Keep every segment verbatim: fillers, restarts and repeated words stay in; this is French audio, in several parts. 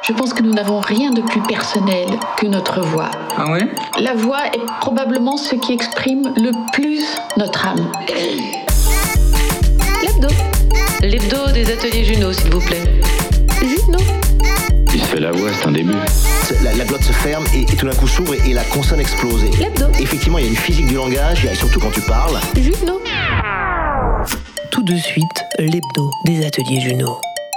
Je pense que nous n'avons rien de plus personnel que notre voix. Ah ouais ? La voix est probablement ce qui exprime le plus notre âme. L'hebdo. L'hebdo des ateliers Juno, s'il vous plaît. Juno. Il se fait la voix, c'est un début. La, la glotte se ferme et, et tout d'un coup s'ouvre et, et la consonne explose. Et L'hebdo. effectivement, il y a une physique du langage, et surtout quand tu parles. Juno. Tout de suite, l'hebdo des ateliers Juno.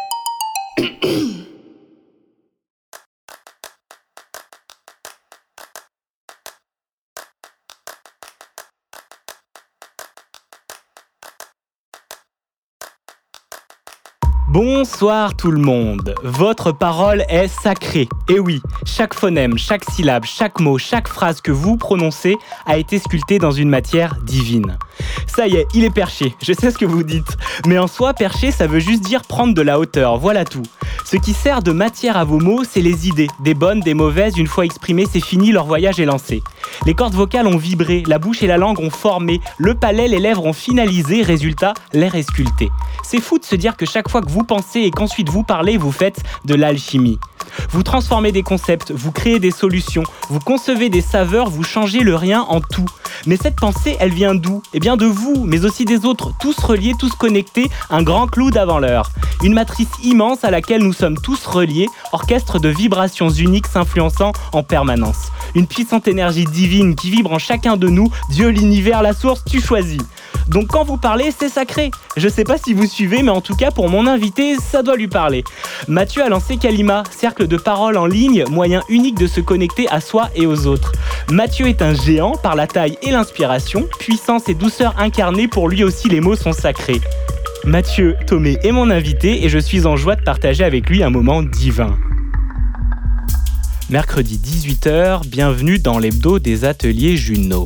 Bonsoir tout le monde, votre parole est sacrée. Et oui, chaque phonème, chaque syllabe, chaque mot, chaque phrase que vous prononcez a été sculptée dans une matière divine. Ça y est, il est perché, je sais ce que vous dites. Mais en soi, perché, ça veut juste dire prendre de la hauteur, voilà tout. Ce qui sert de matière à vos mots, c'est les idées. Des bonnes, des mauvaises, une fois exprimées, c'est fini, leur voyage est lancé. Les cordes vocales ont vibré, la bouche et la langue ont formé, le palais, les lèvres ont finalisé, résultat, l'air est sculpté. C'est fou de se dire que chaque fois que vous pensez et qu'ensuite vous parlez, vous faites de l'alchimie. Vous transformez des concepts, vous créez des solutions, vous concevez des saveurs, vous changez le rien en tout. Mais cette pensée, elle vient d'où ? Eh bien de vous, mais aussi des autres, tous reliés, tous connectés, un grand clou d'avant l'heure. Une matrice immense à laquelle nous sommes tous reliés, orchestre de vibrations uniques s'influençant en permanence. Une puissante énergie divine qui vibre en chacun de nous, Dieu, l'univers, la source, tu choisis. Donc quand vous parlez, c'est sacré. Je sais pas si vous suivez, mais en tout cas pour mon invité, ça doit lui parler. Mathieu a lancé Kalima, cercle de parole en ligne, moyen unique de se connecter à soi et aux autres. Mathieu est un géant par la taille et l'inspiration, puissance et douceur incarnées, pour lui aussi les mots sont sacrés. Mathieu Thomé est mon invité et je suis en joie de partager avec lui un moment divin. Mercredi dix-huit heures, bienvenue dans l'hebdo des ateliers Juno.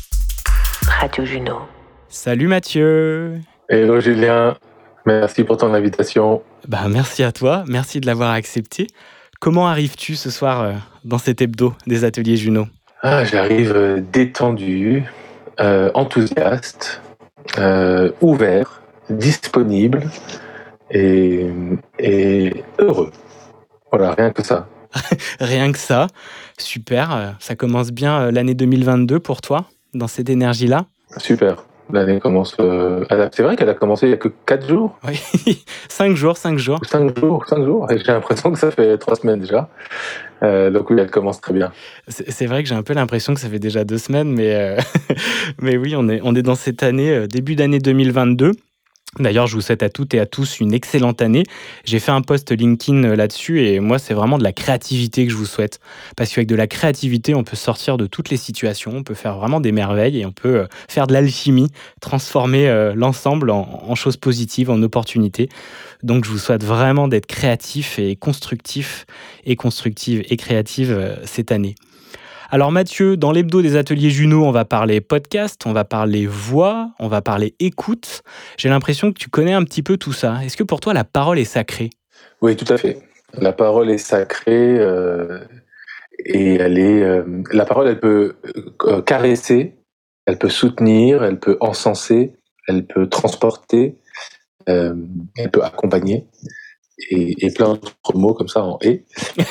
Radio Juno. Salut Mathieu. Hello Julien, merci pour ton invitation. Bah merci à toi, merci de l'avoir accepté. Comment arrives-tu ce soir euh, dans cet hebdo des ateliers Juno ? Ah, j'arrive euh, détendu, euh, enthousiaste, euh, ouvert, disponible et, et heureux. Voilà, rien que ça. Rien que ça, super, ça commence bien l'année deux mille vingt-deux pour toi, dans cette énergie-là ? Super, l'année commence... Euh, elle a, c'est vrai qu'elle a commencé il n'y a que quatre jours ? Oui, cinq jours, cinq jours. cinq jours, cinq jours, et j'ai l'impression que ça fait trois semaines déjà. Euh, donc oui, elle commence très bien. C'est, c'est vrai que j'ai un peu l'impression que ça fait déjà deux semaines, mais, euh, mais oui, on est, on est dans cette année, euh, début d'année deux mille vingt-deux. D'ailleurs, je vous souhaite à toutes et à tous une excellente année. J'ai fait un post LinkedIn là-dessus et moi, c'est vraiment de la créativité que je vous souhaite. Parce qu'avec de la créativité, on peut sortir de toutes les situations, on peut faire vraiment des merveilles et on peut faire de l'alchimie, transformer euh, l'ensemble en, en choses positives, en opportunités. Donc, je vous souhaite vraiment d'être créatif et constructif et constructive et créative euh, cette année. Alors Mathieu, dans l'hebdo des ateliers Juno, on va parler podcast, on va parler voix, on va parler écoute. J'ai l'impression que tu connais un petit peu tout ça. Est-ce que pour toi, la parole est sacrée ? Oui, tout à fait. La parole est sacrée euh, et elle est... Euh, la parole, elle peut euh, caresser, elle peut soutenir, elle peut encenser, elle peut transporter, euh, elle peut accompagner. Et, et plein d'autres mots comme ça en « et ».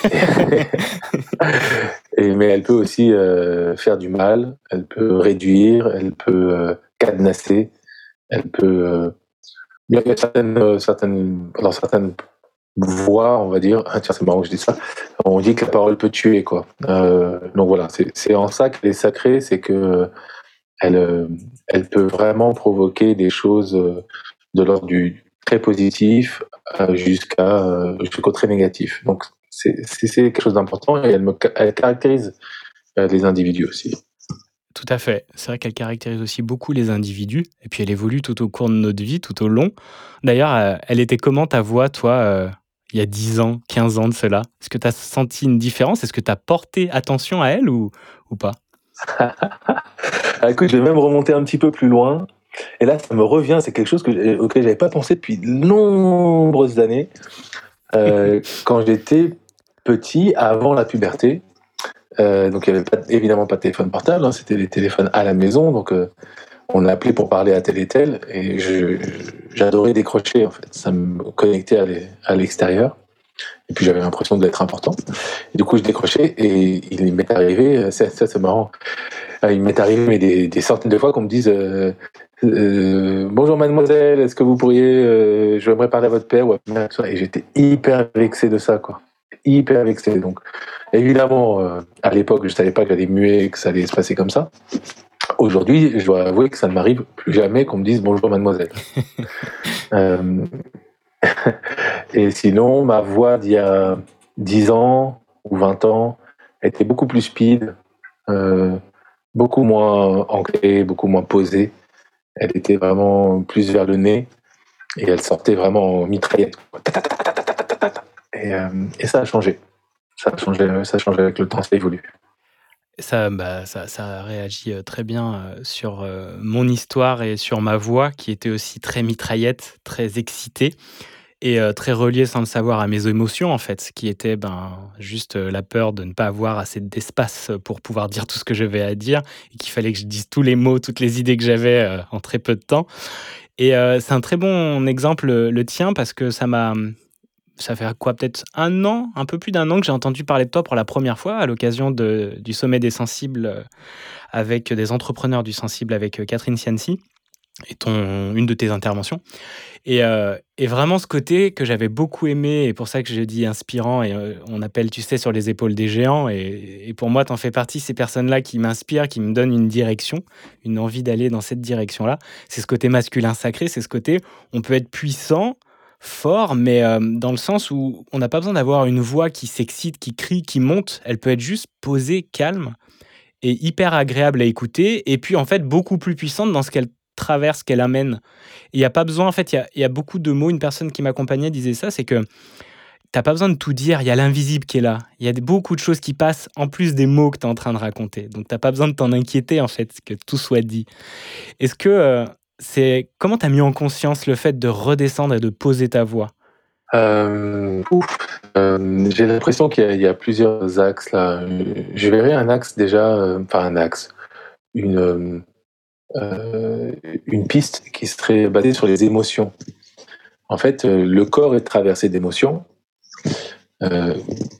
Et mais elle peut aussi euh, faire du mal, elle peut réduire, elle peut euh, cadenasser, elle peut... Euh, il y a certaines, euh, certaines, dans certaines voix, on va dire... Ah, tiens, c'est marrant que je dis ça. On dit que la parole peut tuer, quoi. Euh, donc voilà, c'est, c'est en ça qu'elle est sacrée, c'est que elle, euh, elle peut vraiment provoquer des choses euh, de l'ordre du très positif euh, jusqu'à euh, jusqu'au très négatif. Donc c'est, c'est, c'est quelque chose d'important et elle, me, elle caractérise euh, les individus aussi. Tout à fait. C'est vrai qu'elle caractérise aussi beaucoup les individus et puis elle évolue tout au cours de notre vie, tout au long. D'ailleurs, euh, elle était comment ta voix, toi, euh, il y a dix ans, quinze ans de cela ? Est-ce que tu as senti une différence ? Est-ce que tu as porté attention à elle ou, ou pas ? Ah, écoute, je vais même remonter un petit peu plus loin. Et là, ça me revient, c'est quelque chose que, auquel je n'avais pas pensé depuis de nombreuses années. Euh, quand j'étais petit, avant la puberté, euh, donc il n'y avait pas, évidemment pas de téléphone portable, hein, c'était les téléphones à la maison, donc euh, on appelait pour parler à tel et tel, et je, j'adorais décrocher, en fait, ça me connectait à, les, à l'extérieur. Et puis j'avais l'impression d'être important. Et du coup, je décrochais et il m'est arrivé, ça, ça c'est marrant, il m'est arrivé mais des, des centaines de fois qu'on me dise euh, euh, bonjour mademoiselle, est-ce que vous pourriez, euh, j'aimerais parler à votre père ou à votre mère, et j'étais hyper vexé de ça, quoi. Hyper vexé. Donc, évidemment, euh, à l'époque, je savais pas que j'allais muer, que ça allait se passer comme ça. Aujourd'hui, je dois avouer que ça ne m'arrive plus jamais qu'on me dise bonjour mademoiselle. euh, Et sinon, ma voix d'il y a dix ans ou vingt ans était beaucoup plus speed, euh, beaucoup moins ancrée, beaucoup moins posée. Elle était vraiment plus vers le nez et elle sortait vraiment en mitraillette. Et, euh, et ça a changé. Ça a changé, ça a changé avec le temps, ça évolue. Ça, bah, ça, ça réagit euh, très bien euh, sur euh, mon histoire et sur ma voix qui était aussi très mitraillette, très excitée. Et euh, très relié sans le savoir à mes émotions en fait, qui était ben, juste euh, la peur de ne pas avoir assez d'espace pour pouvoir dire tout ce que j'avais à dire et qu'il fallait que je dise tous les mots, toutes les idées que j'avais euh, en très peu de temps. Et euh, c'est un très bon exemple le, le tien parce que ça m'a... Ça fait quoi, peut-être un an, un peu plus d'un an que j'ai entendu parler de toi pour la première fois à l'occasion de, du Sommet des Sensibles avec des entrepreneurs du Sensible avec Catherine Cianci et ton, une de tes interventions. Et, euh, et vraiment ce côté que j'avais beaucoup aimé, et pour ça que je dis inspirant, et euh, on appelle, tu sais, sur les épaules des géants, et, et pour moi, t'en fais partie, ces personnes-là qui m'inspirent, qui me donnent une direction, une envie d'aller dans cette direction-là. C'est ce côté masculin sacré, c'est ce côté, on peut être puissant, fort, mais euh, dans le sens où on n'a pas besoin d'avoir une voix qui s'excite, qui crie, qui monte, elle peut être juste posée, calme, et hyper agréable à écouter, et puis en fait beaucoup plus puissante dans ce qu'elle traverse, qu'elle amène. Il n'y a pas besoin, en fait, il y a, y a beaucoup de mots. Une personne qui m'accompagnait disait ça, c'est que tu n'as pas besoin de tout dire, il y a l'invisible qui est là. Il y a des, beaucoup de choses qui passent en plus des mots que tu es en train de raconter. Donc, tu n'as pas besoin de t'en inquiéter, en fait, que tout soit dit. Est-ce que euh, c'est... Comment tu as mis en conscience le fait de redescendre et de poser ta voix ? euh, ouf, euh, J'ai l'impression qu'il y a, il y a plusieurs axes, là. Je verrais un axe déjà, euh, enfin un axe, une... Euh, Euh, une piste qui serait basée sur les émotions. En fait, euh, le corps est traversé d'émotions. Euh,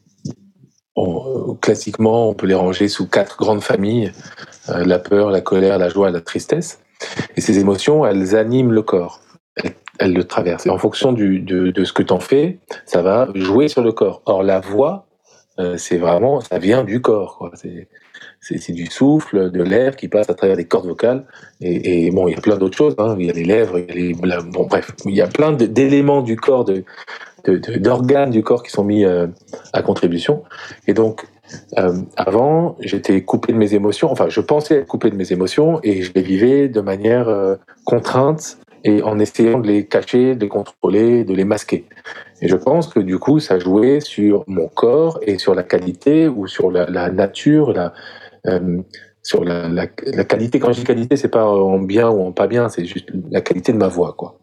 on, classiquement, on peut les ranger sous quatre grandes familles, euh, la peur, la colère, la joie et la tristesse. Et ces émotions, elles animent le corps. Elles, elles le traversent. Et en fonction du, de, de ce que tu en fais, ça va jouer sur le corps. Or, la voix, euh, c'est vraiment, ça vient du corps, quoi. C'est, C'est, c'est du souffle, de l'air qui passe à travers les cordes vocales. Et, et bon, il y a plein d'autres choses. Hein. Il y a les lèvres, il y a les, la, bon, bref, il y a plein de, d'éléments du corps, de, de, de, d'organes du corps qui sont mis euh, à contribution. Et donc, euh, avant, j'étais coupé de mes émotions. Enfin, je pensais être coupé de mes émotions et je les vivais de manière euh, contrainte et en essayant de les cacher, de les contrôler, de les masquer. Et je pense que du coup, ça jouait sur mon corps et sur la qualité ou sur la, la nature, la Euh, sur la, la, la qualité. Quand je dis qualité, c'est pas en bien ou en pas bien, c'est juste la qualité de ma voix, quoi.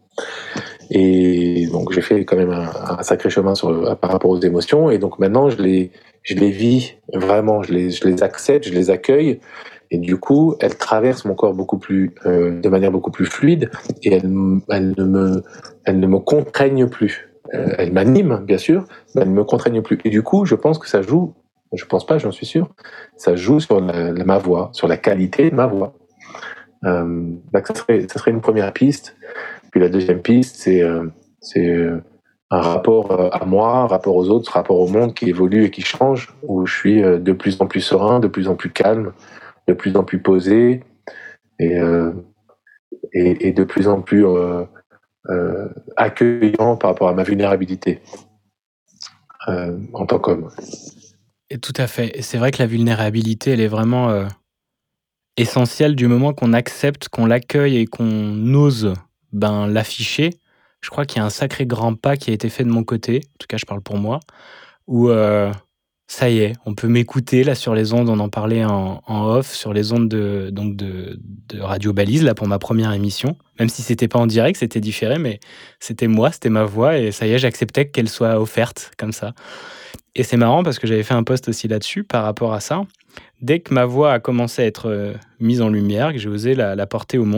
Et donc j'ai fait quand même un, un sacré chemin sur, par rapport aux émotions, et donc maintenant je les, je les vis vraiment, je les, je les accepte, je les accueille, et du coup elles traversent mon corps beaucoup plus, euh, de manière beaucoup plus fluide, et elles, elles, ne, me, elles ne me contraignent plus. Euh, elles m'animent, bien sûr, mais elles ne me contraignent plus. Et du coup, je pense que ça joue. Je pense pas, j'en suis sûr. Ça joue sur la, la, ma voix, sur la qualité de ma voix. Euh, donc ça serait, ça serait une première piste. Puis la deuxième piste, c'est, euh, c'est un rapport à moi, un rapport aux autres, un rapport au monde qui évolue et qui change, où je suis de plus en plus serein, de plus en plus calme, de plus en plus posé, et, euh, et, et de plus en plus euh, euh, accueillant par rapport à ma vulnérabilité euh, en tant qu'homme. Et tout à fait. Et c'est vrai que la vulnérabilité, elle est vraiment euh, essentielle du moment qu'on accepte, qu'on l'accueille et qu'on ose ben, l'afficher. Je crois qu'il y a un sacré grand pas qui a été fait de mon côté, en tout cas je parle pour moi, où euh, ça y est, on peut m'écouter là sur les ondes, on en parlait en, en off, sur les ondes de, donc de, de Radio Balise, là pour ma première émission, même si c'était pas en direct, c'était différé, mais c'était moi, c'était ma voix, et ça y est, j'acceptais qu'elle soit offerte comme ça. Et c'est marrant parce que j'avais fait un post aussi là-dessus par rapport à ça. Dès que ma voix a commencé à être euh, mise en lumière, que j'ai osé la, la porter au monde,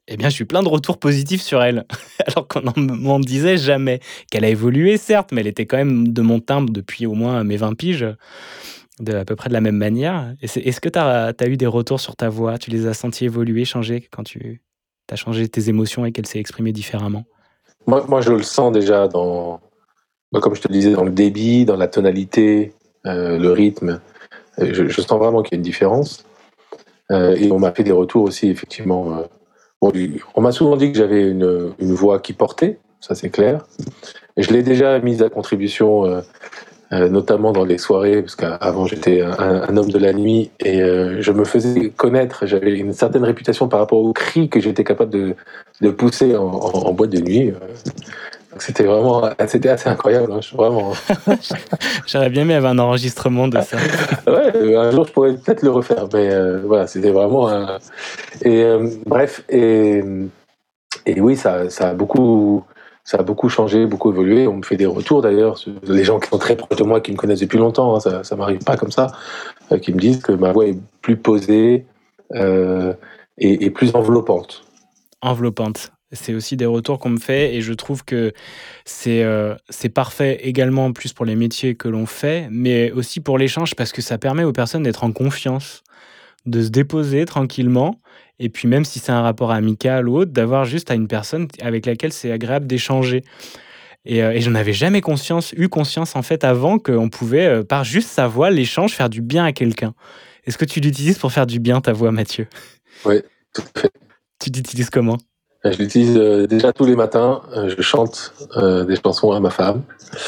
Eh bien, j'ai eu plein de retours positifs sur elle, alors qu'on n'en m'en disait jamais. Qu'elle a évolué, certes, mais elle était quand même de mon timbre depuis au moins mes vingt piges, de à peu près de la même manière. Et c'est- Est-ce que tu as eu des retours sur ta voix? Tu les as sentis évoluer, changer quand tu as changé tes émotions et qu'elle s'est exprimée différemment? Moi, moi, je le sens déjà dans, bah, comme je te le disais, dans le débit, dans la tonalité, euh, le rythme. Euh, Je, je sens vraiment qu'il y a une différence. Euh, et on m'a fait des retours aussi, effectivement. euh, bon, on m'a souvent dit que j'avais une, une voix qui portait, ça c'est clair. Et je l'ai déjà mise à contribution, euh, euh, notamment dans les soirées, parce qu'avant j'étais un, un homme de la nuit et euh, je me faisais connaître. J'avais une certaine réputation par rapport aux cris que j'étais capable de, de pousser en, en, en boîte de nuit. euh. Donc c'était vraiment, c'était assez incroyable, hein, je- vraiment. J'aurais bien aimé avoir un enregistrement de ça. Ouais, euh, un jour je pourrais peut-être le refaire, mais euh, voilà, c'était vraiment un... Et euh, bref, et, et oui, ça, ça a beaucoup, ça a beaucoup changé, beaucoup évolué. On me fait des retours d'ailleurs, ce- les gens qui sont très proches de moi, qui me connaissent depuis longtemps, hein, ça, ça m'arrive pas comme ça, euh, qui me disent que ma voix est plus posée euh, et, et plus enveloppante. Enveloppante. C'est aussi des retours qu'on me fait et je trouve que c'est euh, c'est parfait également en plus pour les métiers que l'on fait, mais aussi pour l'échange parce que ça permet aux personnes d'être en confiance, de se déposer tranquillement et puis même si c'est un rapport amical ou autre, d'avoir juste à une personne avec laquelle c'est agréable d'échanger. Et, euh, et j'en avais jamais conscience, eu conscience en fait avant qu'on pouvait, euh, par juste sa voix, l'échange, faire du bien à quelqu'un. Est-ce que tu l'utilises pour faire du bien ta voix, Mathieu? Oui, tout à fait. Tu l'utilises comment? Je l'utilise euh, déjà tous les matins. euh, je chante euh, des chansons à ma femme,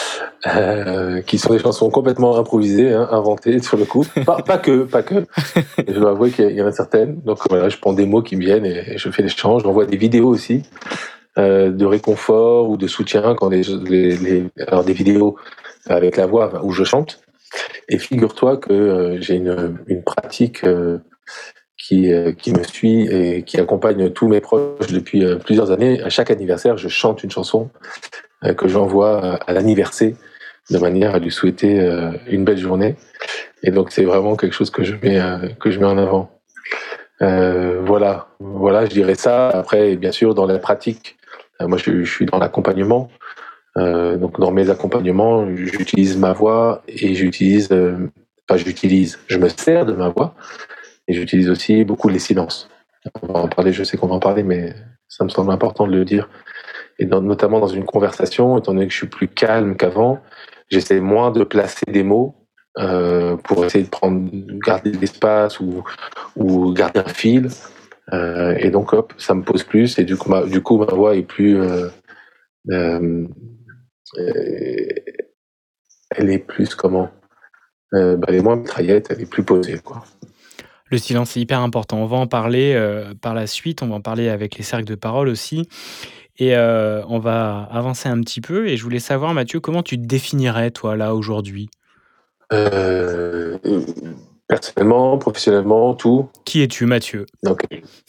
euh, qui sont des chansons complètement improvisées, hein, inventées sur le coup. Pas, pas que, pas que. Je dois avouer qu'il y en a certaines. Donc voilà, je prends des mots qui me viennent et, et je fais l'échange. J'envoie des vidéos aussi euh, de réconfort ou de soutien quand les, les, les alors des vidéos avec la voix enfin, où je chante. Et figure-toi que euh, j'ai une, une pratique euh, qui, euh, qui me suit et qui accompagne tous mes proches depuis euh, plusieurs années. À chaque anniversaire, je chante une chanson euh, que j'envoie à, à l'anniversaire de manière à lui souhaiter euh, une belle journée. Et donc c'est vraiment quelque chose que je mets euh, que je mets en avant. Euh, voilà, voilà, je dirais ça. Après, bien sûr, dans la pratique, euh, moi je, je suis dans l'accompagnement. Euh, donc dans mes accompagnements, j'utilise ma voix et j'utilise, euh, enfin j'utilise, je me sers de ma voix et j'utilise aussi beaucoup les silences. On va en parler, je sais qu'on va en parler, mais ça me semble important de le dire. Et dans, notamment dans une conversation, étant donné que je suis plus calme qu'avant, j'essaie moins de placer des mots euh, pour essayer de prendre, garder de l'espace ou, ou garder un fil. Euh, et donc, hop, ça me pose plus. Et du coup, ma, du coup, ma voix est plus... Euh, euh, euh, elle est plus comment euh, bah, Elle est moins mitraillette, elle est plus posée, quoi. Le silence est hyper important. On va en parler euh, par la suite. On va en parler avec les cercles de parole aussi. Et euh, on va avancer un petit peu. Et je voulais savoir, Mathieu, comment tu te définirais, toi, là, aujourd'hui? Euh, personnellement, professionnellement, tout. Qui es-tu, Mathieu? Donc,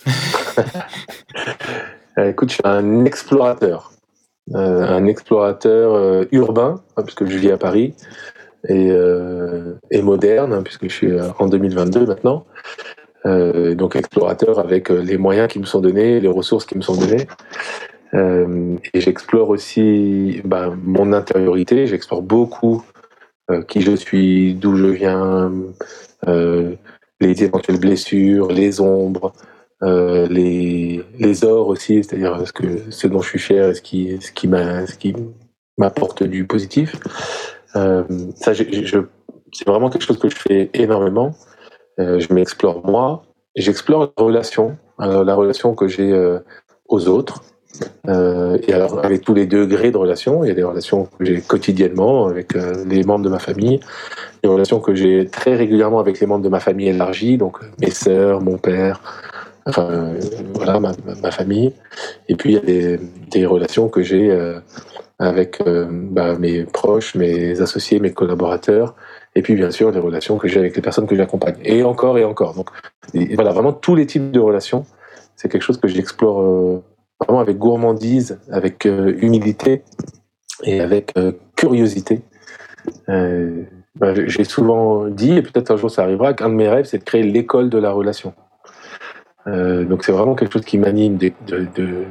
écoute, je suis un explorateur. Euh, un explorateur euh, urbain, hein, puisque je vis à Paris, et, euh, et moderne, hein, puisque je suis en deux mille vingt-deux maintenant. Euh, donc explorateur avec les moyens qui me sont donnés, les ressources qui me sont données. Euh, et j'explore aussi bah, mon intériorité, j'explore beaucoup euh, qui je suis, d'où je viens, euh, les éventuelles blessures, les ombres, euh, les, les ors aussi, c'est-à-dire ce, que, ce dont je suis fier et ce qui, ce qui, m'a, ce qui m'apporte du positif. Euh, ça, je, je, c'est vraiment quelque chose que je fais énormément. Euh, je m'explore moi, j'explore la relation, euh, la relation que j'ai euh, aux autres. Euh, et alors, avec tous les degrés de relation, il y a des relations que j'ai quotidiennement avec euh, les membres de ma famille, des relations que j'ai très régulièrement avec les membres de ma famille élargie, donc mes sœurs, mon père, enfin euh, voilà, ma, ma, ma famille. Et puis il y a des, des relations que j'ai euh, avec euh, bah, mes proches, mes associés, mes collaborateurs, et puis bien sûr les relations que j'ai avec les personnes que j'accompagne. Et encore et encore. Donc et voilà, vraiment tous les types de relations, c'est quelque chose que j'explore euh, vraiment avec gourmandise, avec euh, humilité et avec euh, curiosité. Euh, bah, j'ai souvent dit, et peut-être un jour ça arrivera, qu'un de mes rêves, c'est de créer l'école de la relation. Euh, donc c'est vraiment quelque chose qui m'anime de, de, de,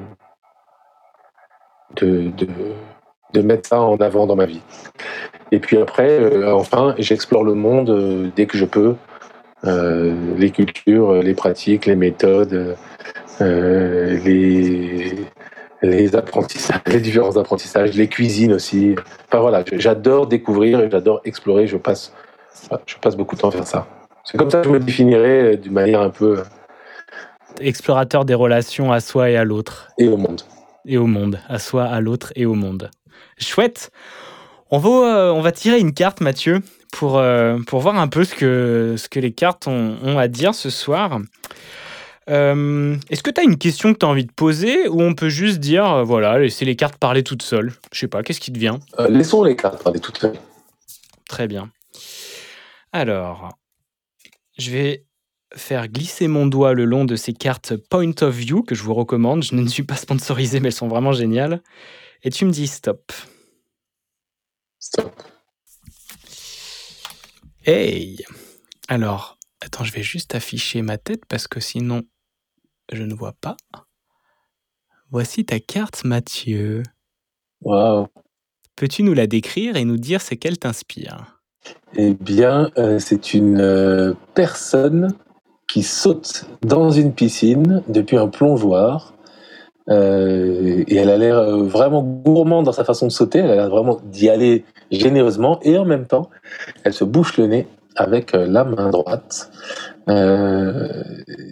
de, de, de mettre ça en avant dans ma vie. Et puis après, euh, enfin, j'explore le monde euh, dès que je peux. Euh, les cultures, les pratiques, les méthodes, euh, les, les apprentissages, les différents apprentissages, les cuisines aussi. Enfin voilà, j'adore découvrir et j'adore explorer. Je passe, je passe beaucoup de temps à faire ça. C'est comme ça que je me définirais d'une manière un peu... Explorateur des relations à soi et à l'autre. Et au monde. Et au monde. À soi, à l'autre et au monde. Chouette. On va, euh, on va tirer une carte, Mathieu, pour, euh, pour voir un peu ce que, ce que les cartes ont, ont à dire ce soir. Euh, est-ce que tu as une question que tu as envie de poser ou on peut juste dire, euh, voilà, laisser les cartes parler toutes seules? Je sais pas, qu'est-ce qui te vient? euh, Laissons les cartes parler toutes seules. Très bien. Alors, je vais faire glisser mon doigt le long de ces cartes Point of View que je vous recommande. Je ne suis pas sponsorisé, mais elles sont vraiment géniales. Et tu me dis stop. Stop. Hey! Alors, attends, je vais juste afficher ma tête parce que sinon, je ne vois pas. Voici ta carte, Mathieu. Waouh. Peux-tu nous la décrire et nous dire ce qu'elle t'inspire? Eh bien, euh, c'est une euh, personne qui saute dans une piscine depuis un plongeoir. Euh, et elle a l'air euh, vraiment gourmande dans sa façon de sauter. Elle a l'air vraiment d'y aller généreusement. Et en même temps, elle se bouche le nez avec euh, la main droite. Euh,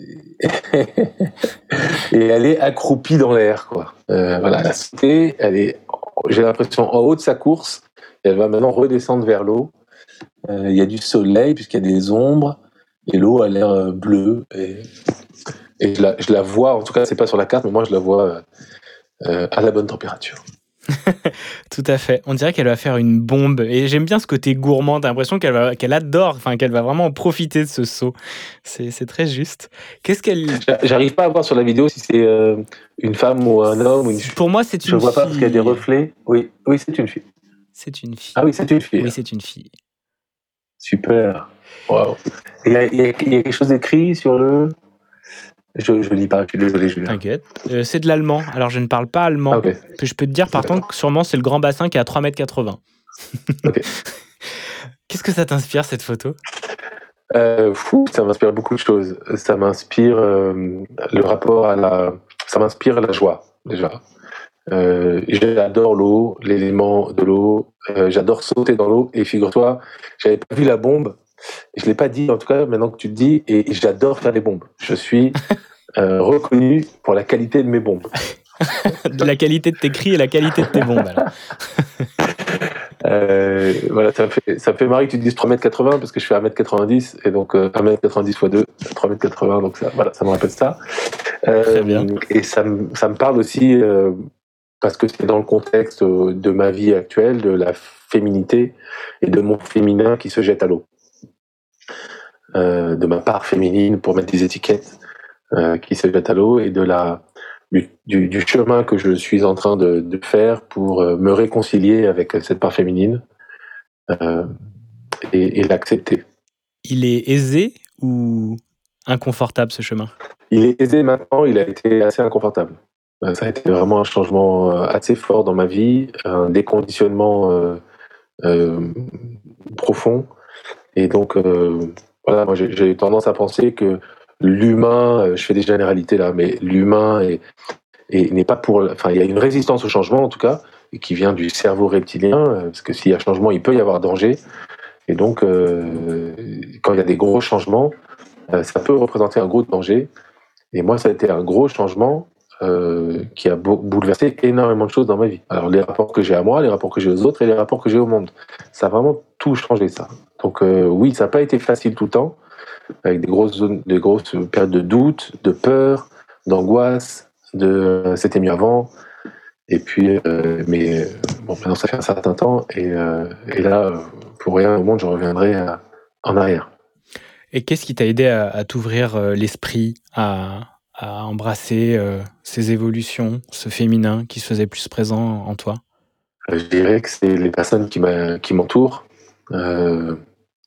et elle est accroupie dans l'air, quoi. Euh, voilà, elle a sauté. Elle est, j'ai l'impression, en haut de sa course. Et elle va maintenant redescendre vers l'eau. Euh, il y a du soleil puisqu'il y a des ombres. Et l'eau a l'air euh, bleue. Et... Et je la, je la vois, en tout cas, c'est pas sur la carte, mais moi je la vois euh, à la bonne température. Tout à fait. On dirait qu'elle va faire une bombe. Et j'aime bien ce côté gourmand. T'as l'impression qu'elle, va, qu'elle adore, enfin, qu'elle va vraiment profiter de ce saut. C'est, c'est très juste. Qu'est-ce qu'elle... J'arrive pas à voir sur la vidéo si c'est euh, une femme ou un homme. Ou une... Pour moi, c'est une fille. Je vois pas parce qu'il y a des reflets. Oui, oui, c'est une fille. C'est une fille. Ah oui, c'est une fille. Oui, c'est une fille. Super. Waouh. Il y a, il y a, il y a quelque chose d'écrit sur le... Je ne lis pas, je suis désolé, Julien. T'inquiète. Euh, c'est de l'allemand, alors je ne parle pas allemand. Ah, okay. Je peux te dire, par contre, que sûrement c'est le Grand Bassin qui est à trois mètres quatre-vingts. Okay. Qu'est-ce que ça t'inspire, cette photo? euh, fou, ça m'inspire beaucoup de choses. Ça m'inspire euh, le rapport à la... Ça m'inspire la joie, déjà. Euh, j'adore l'eau, l'élément de l'eau. Euh, j'adore sauter dans l'eau. Et figure-toi, j'avais pas vu la bombe. Je ne l'ai pas dit, en tout cas, maintenant que tu le dis, et j'adore faire des bombes. Je suis euh, reconnu pour la qualité de mes bombes. De la qualité de tes cris et la qualité de tes bombes, alors. euh, voilà, ça me, fait, ça me fait marrer que tu dises trois mètres quatre-vingts, parce que je fais un mètre quatre-vingt-dix, et donc euh, un mètre quatre-vingt-dix fois deux, trois mètres quatre-vingts, donc ça, voilà, ça me rappelle ça. Euh, Très bien. Et ça me, ça me parle aussi, euh, parce que c'est dans le contexte de ma vie actuelle, de la féminité, et de mon féminin qui se jette à l'eau. Euh, de ma part féminine pour mettre des étiquettes euh, qui se jettent à l'eau et de la, du, du, du chemin que je suis en train de, de faire pour euh, me réconcilier avec cette part féminine euh, et, et l'accepter. Il est aisé ou inconfortable, ce chemin? Il est aisé maintenant, il a été assez inconfortable. Ça a été vraiment un changement assez fort dans ma vie, un déconditionnement euh, euh, profond. Et donc, euh, voilà, moi j'ai, j'ai eu tendance à penser que l'humain, je fais des généralités là, mais l'humain est, est, n'est pas pour... Enfin, il y a une résistance au changement en tout cas, et qui vient du cerveau reptilien, parce que s'il y a changement, il peut y avoir danger. Et donc, euh, quand il y a des gros changements, euh, ça peut représenter un gros danger. Et moi, ça a été un gros changement euh, qui a bouleversé énormément de choses dans ma vie. Alors, les rapports que j'ai à moi, les rapports que j'ai aux autres et les rapports que j'ai au monde. Ça a vraiment tout changé, ça. Donc, euh, oui, ça n'a pas été facile tout le temps, avec des grosses, zones, des grosses périodes de doute, de peur, d'angoisse, de euh, c'était mieux avant. Et puis, euh, mais bon, maintenant, ça fait un certain temps. Et, euh, et là, pour rien au monde, je reviendrai à, en arrière. Et qu'est-ce qui t'a aidé à, à t'ouvrir euh, l'esprit, à, à embrasser euh, ces évolutions, ce féminin qui se faisait plus présent en toi? Je dirais que c'est les personnes qui, m'a, qui m'entourent, euh,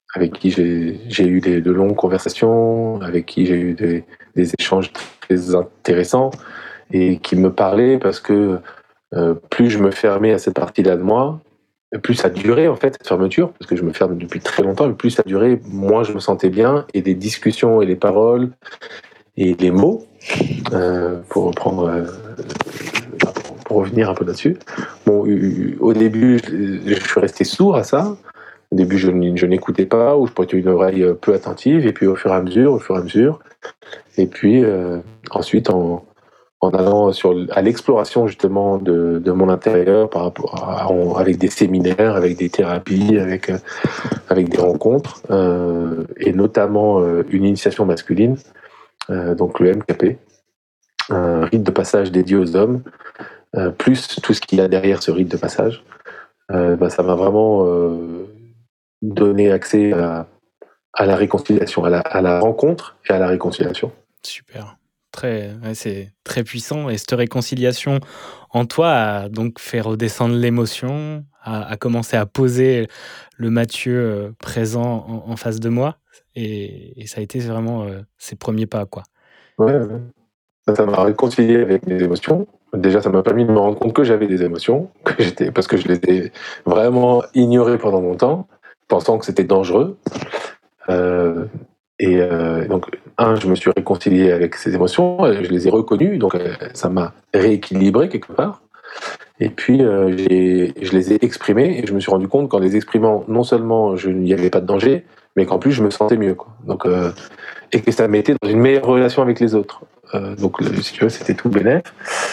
avec qui j'ai, j'ai eu des, de longues conversations, avec qui j'ai eu des, des échanges très intéressants et qui me parlaient parce que euh, plus je me fermais à cette partie-là de moi, plus ça durait en fait cette fermeture, parce que je me ferme depuis très longtemps, mais plus ça durait, moins je me sentais bien, et des discussions et les paroles et les mots, euh, pour reprendre, euh, pour, pour revenir un peu là-dessus. Bon, euh, au début, je, je suis resté sourd à ça. Au début, je, je n'écoutais pas, ou je portais une oreille peu attentive, et puis au fur et à mesure, au fur et à mesure, et puis euh, ensuite en en allant sur, à l'exploration justement de, de mon intérieur par rapport à, en, avec des séminaires, avec des thérapies, avec, euh, avec des rencontres, euh, et notamment euh, une initiation masculine, euh, donc le M K P, un rite de passage dédié aux hommes, euh, plus tout ce qu'il y a derrière ce rite de passage. Euh, bah, ça m'a vraiment euh, donné accès à, à la réconciliation, à la, à la rencontre et à la réconciliation. Super. Très, ouais, c'est très puissant. Et cette réconciliation en toi a donc fait redescendre l'émotion, a, a commencé à poser le Mathieu présent en, en face de moi. Et, et ça a été vraiment euh, ses premiers pas, quoi. Ouais, ouais. Ça m'a réconcilié avec mes émotions. Déjà, ça m'a permis de me rendre compte que j'avais des émotions, que j'étais, parce que je les ai vraiment ignorées pendant longtemps, pensant que c'était dangereux. Euh, Et euh, donc, un, je me suis réconcilié avec ces émotions, je les ai reconnues, donc euh, ça m'a rééquilibré quelque part. Et puis, euh, j'ai, je les ai exprimées, et je me suis rendu compte qu'en les exprimant, non seulement il n'y avait pas de danger, mais qu'en plus, je me sentais mieux, quoi. Donc, euh, et que ça mettait dans une meilleure relation avec les autres. Euh, donc, si tu veux, c'était tout bénef.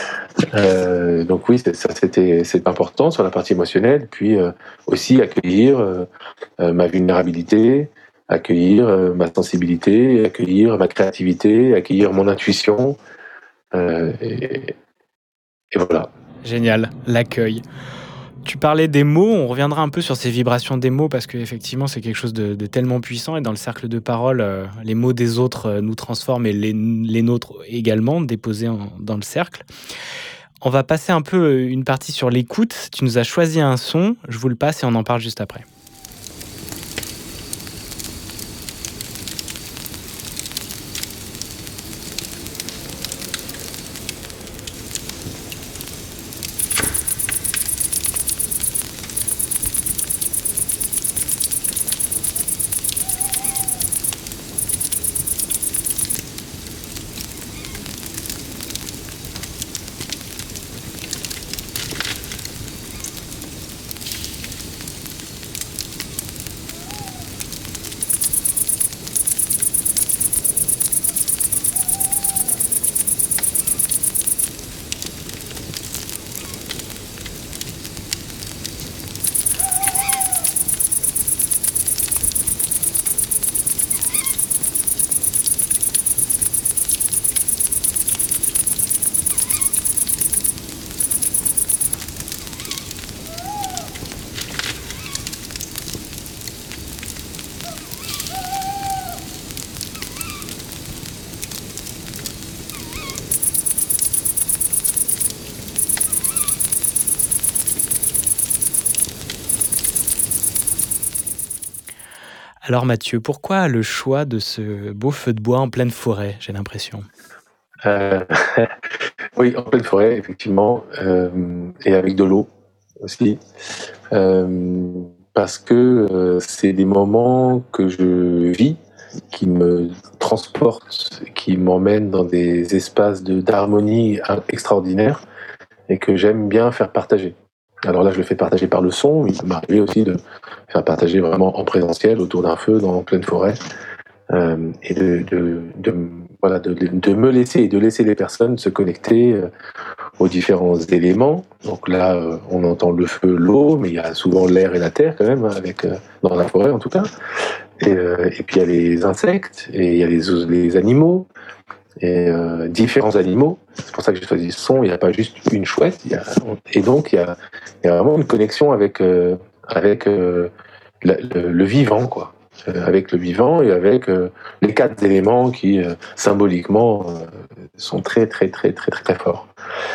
Euh, donc oui, ça, c'était, c'est important sur la partie émotionnelle. Puis euh, aussi accueillir euh, euh, ma vulnérabilité, accueillir euh, ma sensibilité, accueillir ma créativité, accueillir mon intuition. Euh, et, et voilà. Génial, l'accueil. Tu parlais des mots, on reviendra un peu sur ces vibrations des mots parce qu'effectivement c'est quelque chose de, de tellement puissant et dans le cercle de parole, euh, les mots des autres euh, nous transforment et les, les nôtres également, déposés en, dans le cercle. On va passer un peu une partie sur l'écoute. Tu nous as choisi un son, je vous le passe et on en parle juste après. Alors Mathieu, pourquoi le choix de ce beau feu de bois en pleine forêt, j'ai l'impression? Euh, oui, en pleine forêt, effectivement, euh, et avec de l'eau aussi, euh, parce que euh, c'est des moments que je vis, qui me transportent, qui m'emmènent dans des espaces de, d'harmonie extraordinaires, et que j'aime bien faire partager. Alors là, je le fais partager par le son, mais il peut m'arriver aussi de faire partager vraiment en présentiel, autour d'un feu, dans pleine forêt, euh, et de, de, de, voilà, de, de me laisser et de laisser les personnes se connecter euh, aux différents éléments. Donc là, euh, on entend le feu, l'eau, mais il y a souvent l'air et la terre quand même, avec, euh, dans la forêt en tout cas. Et, euh, et puis il y a les insectes, et il y a les, les animaux, et euh, différents animaux. C'est pour ça que j'ai choisi ce son. Il n'y a pas juste une chouette. Il y a, et donc, il y a, il y a vraiment une connexion avec, euh, avec euh, le, le, le vivant, quoi. Euh, avec le vivant et avec euh, les quatre éléments qui, euh, symboliquement, euh, sont très, très, très, très, très, très forts.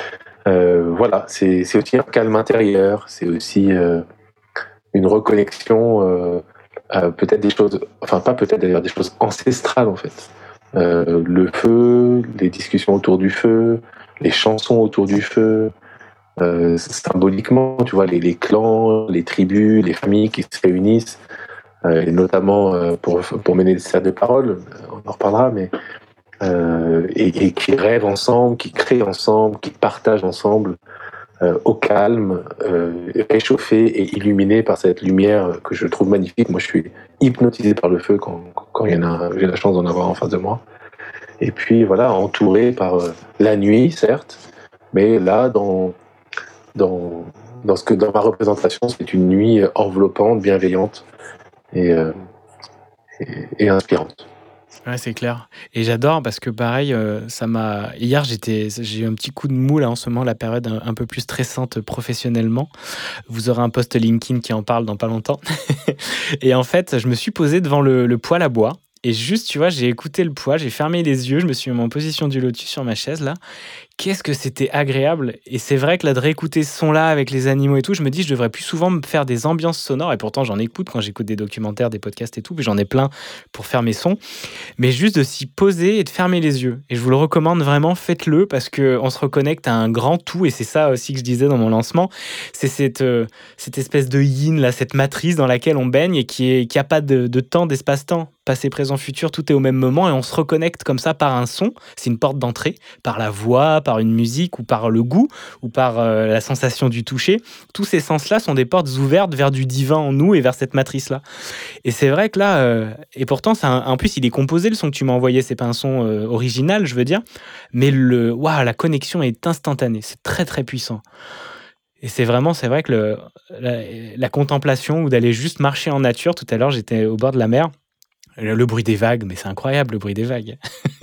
Euh, voilà, c'est, c'est aussi un calme intérieur. C'est aussi euh, une reconnexion euh, euh, peut-être des choses, enfin pas peut-être d'ailleurs, des choses ancestrales en fait. Euh, le feu, les discussions autour du feu, les chansons autour du feu, euh, symboliquement, tu vois, les, les clans, les tribus, les familles qui se réunissent, euh, et notamment euh, pour, pour mener des cercles de parole, on en reparlera, mais euh, et, et qui rêvent ensemble, qui créent ensemble, qui partagent ensemble, euh, au calme, euh, réchauffés et illuminés par cette lumière que je trouve magnifique. Moi, je suis hypnotisé par le feu quand, quand il y en a, j'ai la chance d'en avoir en face de moi. Et puis voilà, entouré par euh, la nuit, certes, mais là, dans, dans, dans, ce que, dans ma représentation, c'est une nuit enveloppante, bienveillante et, euh, et, et inspirante. Ouais, c'est clair. Et j'adore parce que pareil, euh, ça m'a. Hier, j'étais, j'ai eu un petit coup de mou là en ce moment, la période un, un peu plus stressante professionnellement. Vous aurez un post LinkedIn qui en parle dans pas longtemps. Et en fait, je me suis posé devant le, le poêle à bois. Et juste, tu vois, j'ai écouté le poêle, j'ai fermé les yeux, je me suis mis en position du lotus sur ma chaise là. Qu'est-ce que c'était agréable. Et c'est vrai que là, de réécouter ce son-là avec les animaux et tout, je me dis, je devrais plus souvent me faire des ambiances sonores. Et pourtant, j'en écoute quand j'écoute des documentaires, des podcasts et tout. Puis j'en ai plein pour faire mes sons. Mais juste de s'y poser et de fermer les yeux. Et je vous le recommande vraiment, faites-le parce qu'on se reconnecte à un grand tout. Et c'est ça aussi que je disais dans mon lancement. C'est cette, euh, cette espèce de yin, là, cette matrice dans laquelle on baigne et qui n'a pas de, de temps, d'espace-temps. Passé, présent, futur, tout est au même moment et on se reconnecte comme ça par un son. C'est une porte d'entrée, par la voix, par une musique ou par le goût ou par euh, la sensation du toucher. Tous ces sens-là sont des portes ouvertes vers du divin en nous et vers cette matrice-là. Et c'est vrai que là, euh, et pourtant, c'est un, en plus, il est composé, le son que tu m'as envoyé, c'est pas un son euh, original, je veux dire, mais le, waouh, la connexion est instantanée, c'est très très puissant. Et c'est vraiment, c'est vrai que le, la, la contemplation ou d'aller juste marcher en nature, tout à l'heure, j'étais au bord de la mer. Le bruit des vagues, mais c'est incroyable le bruit des vagues.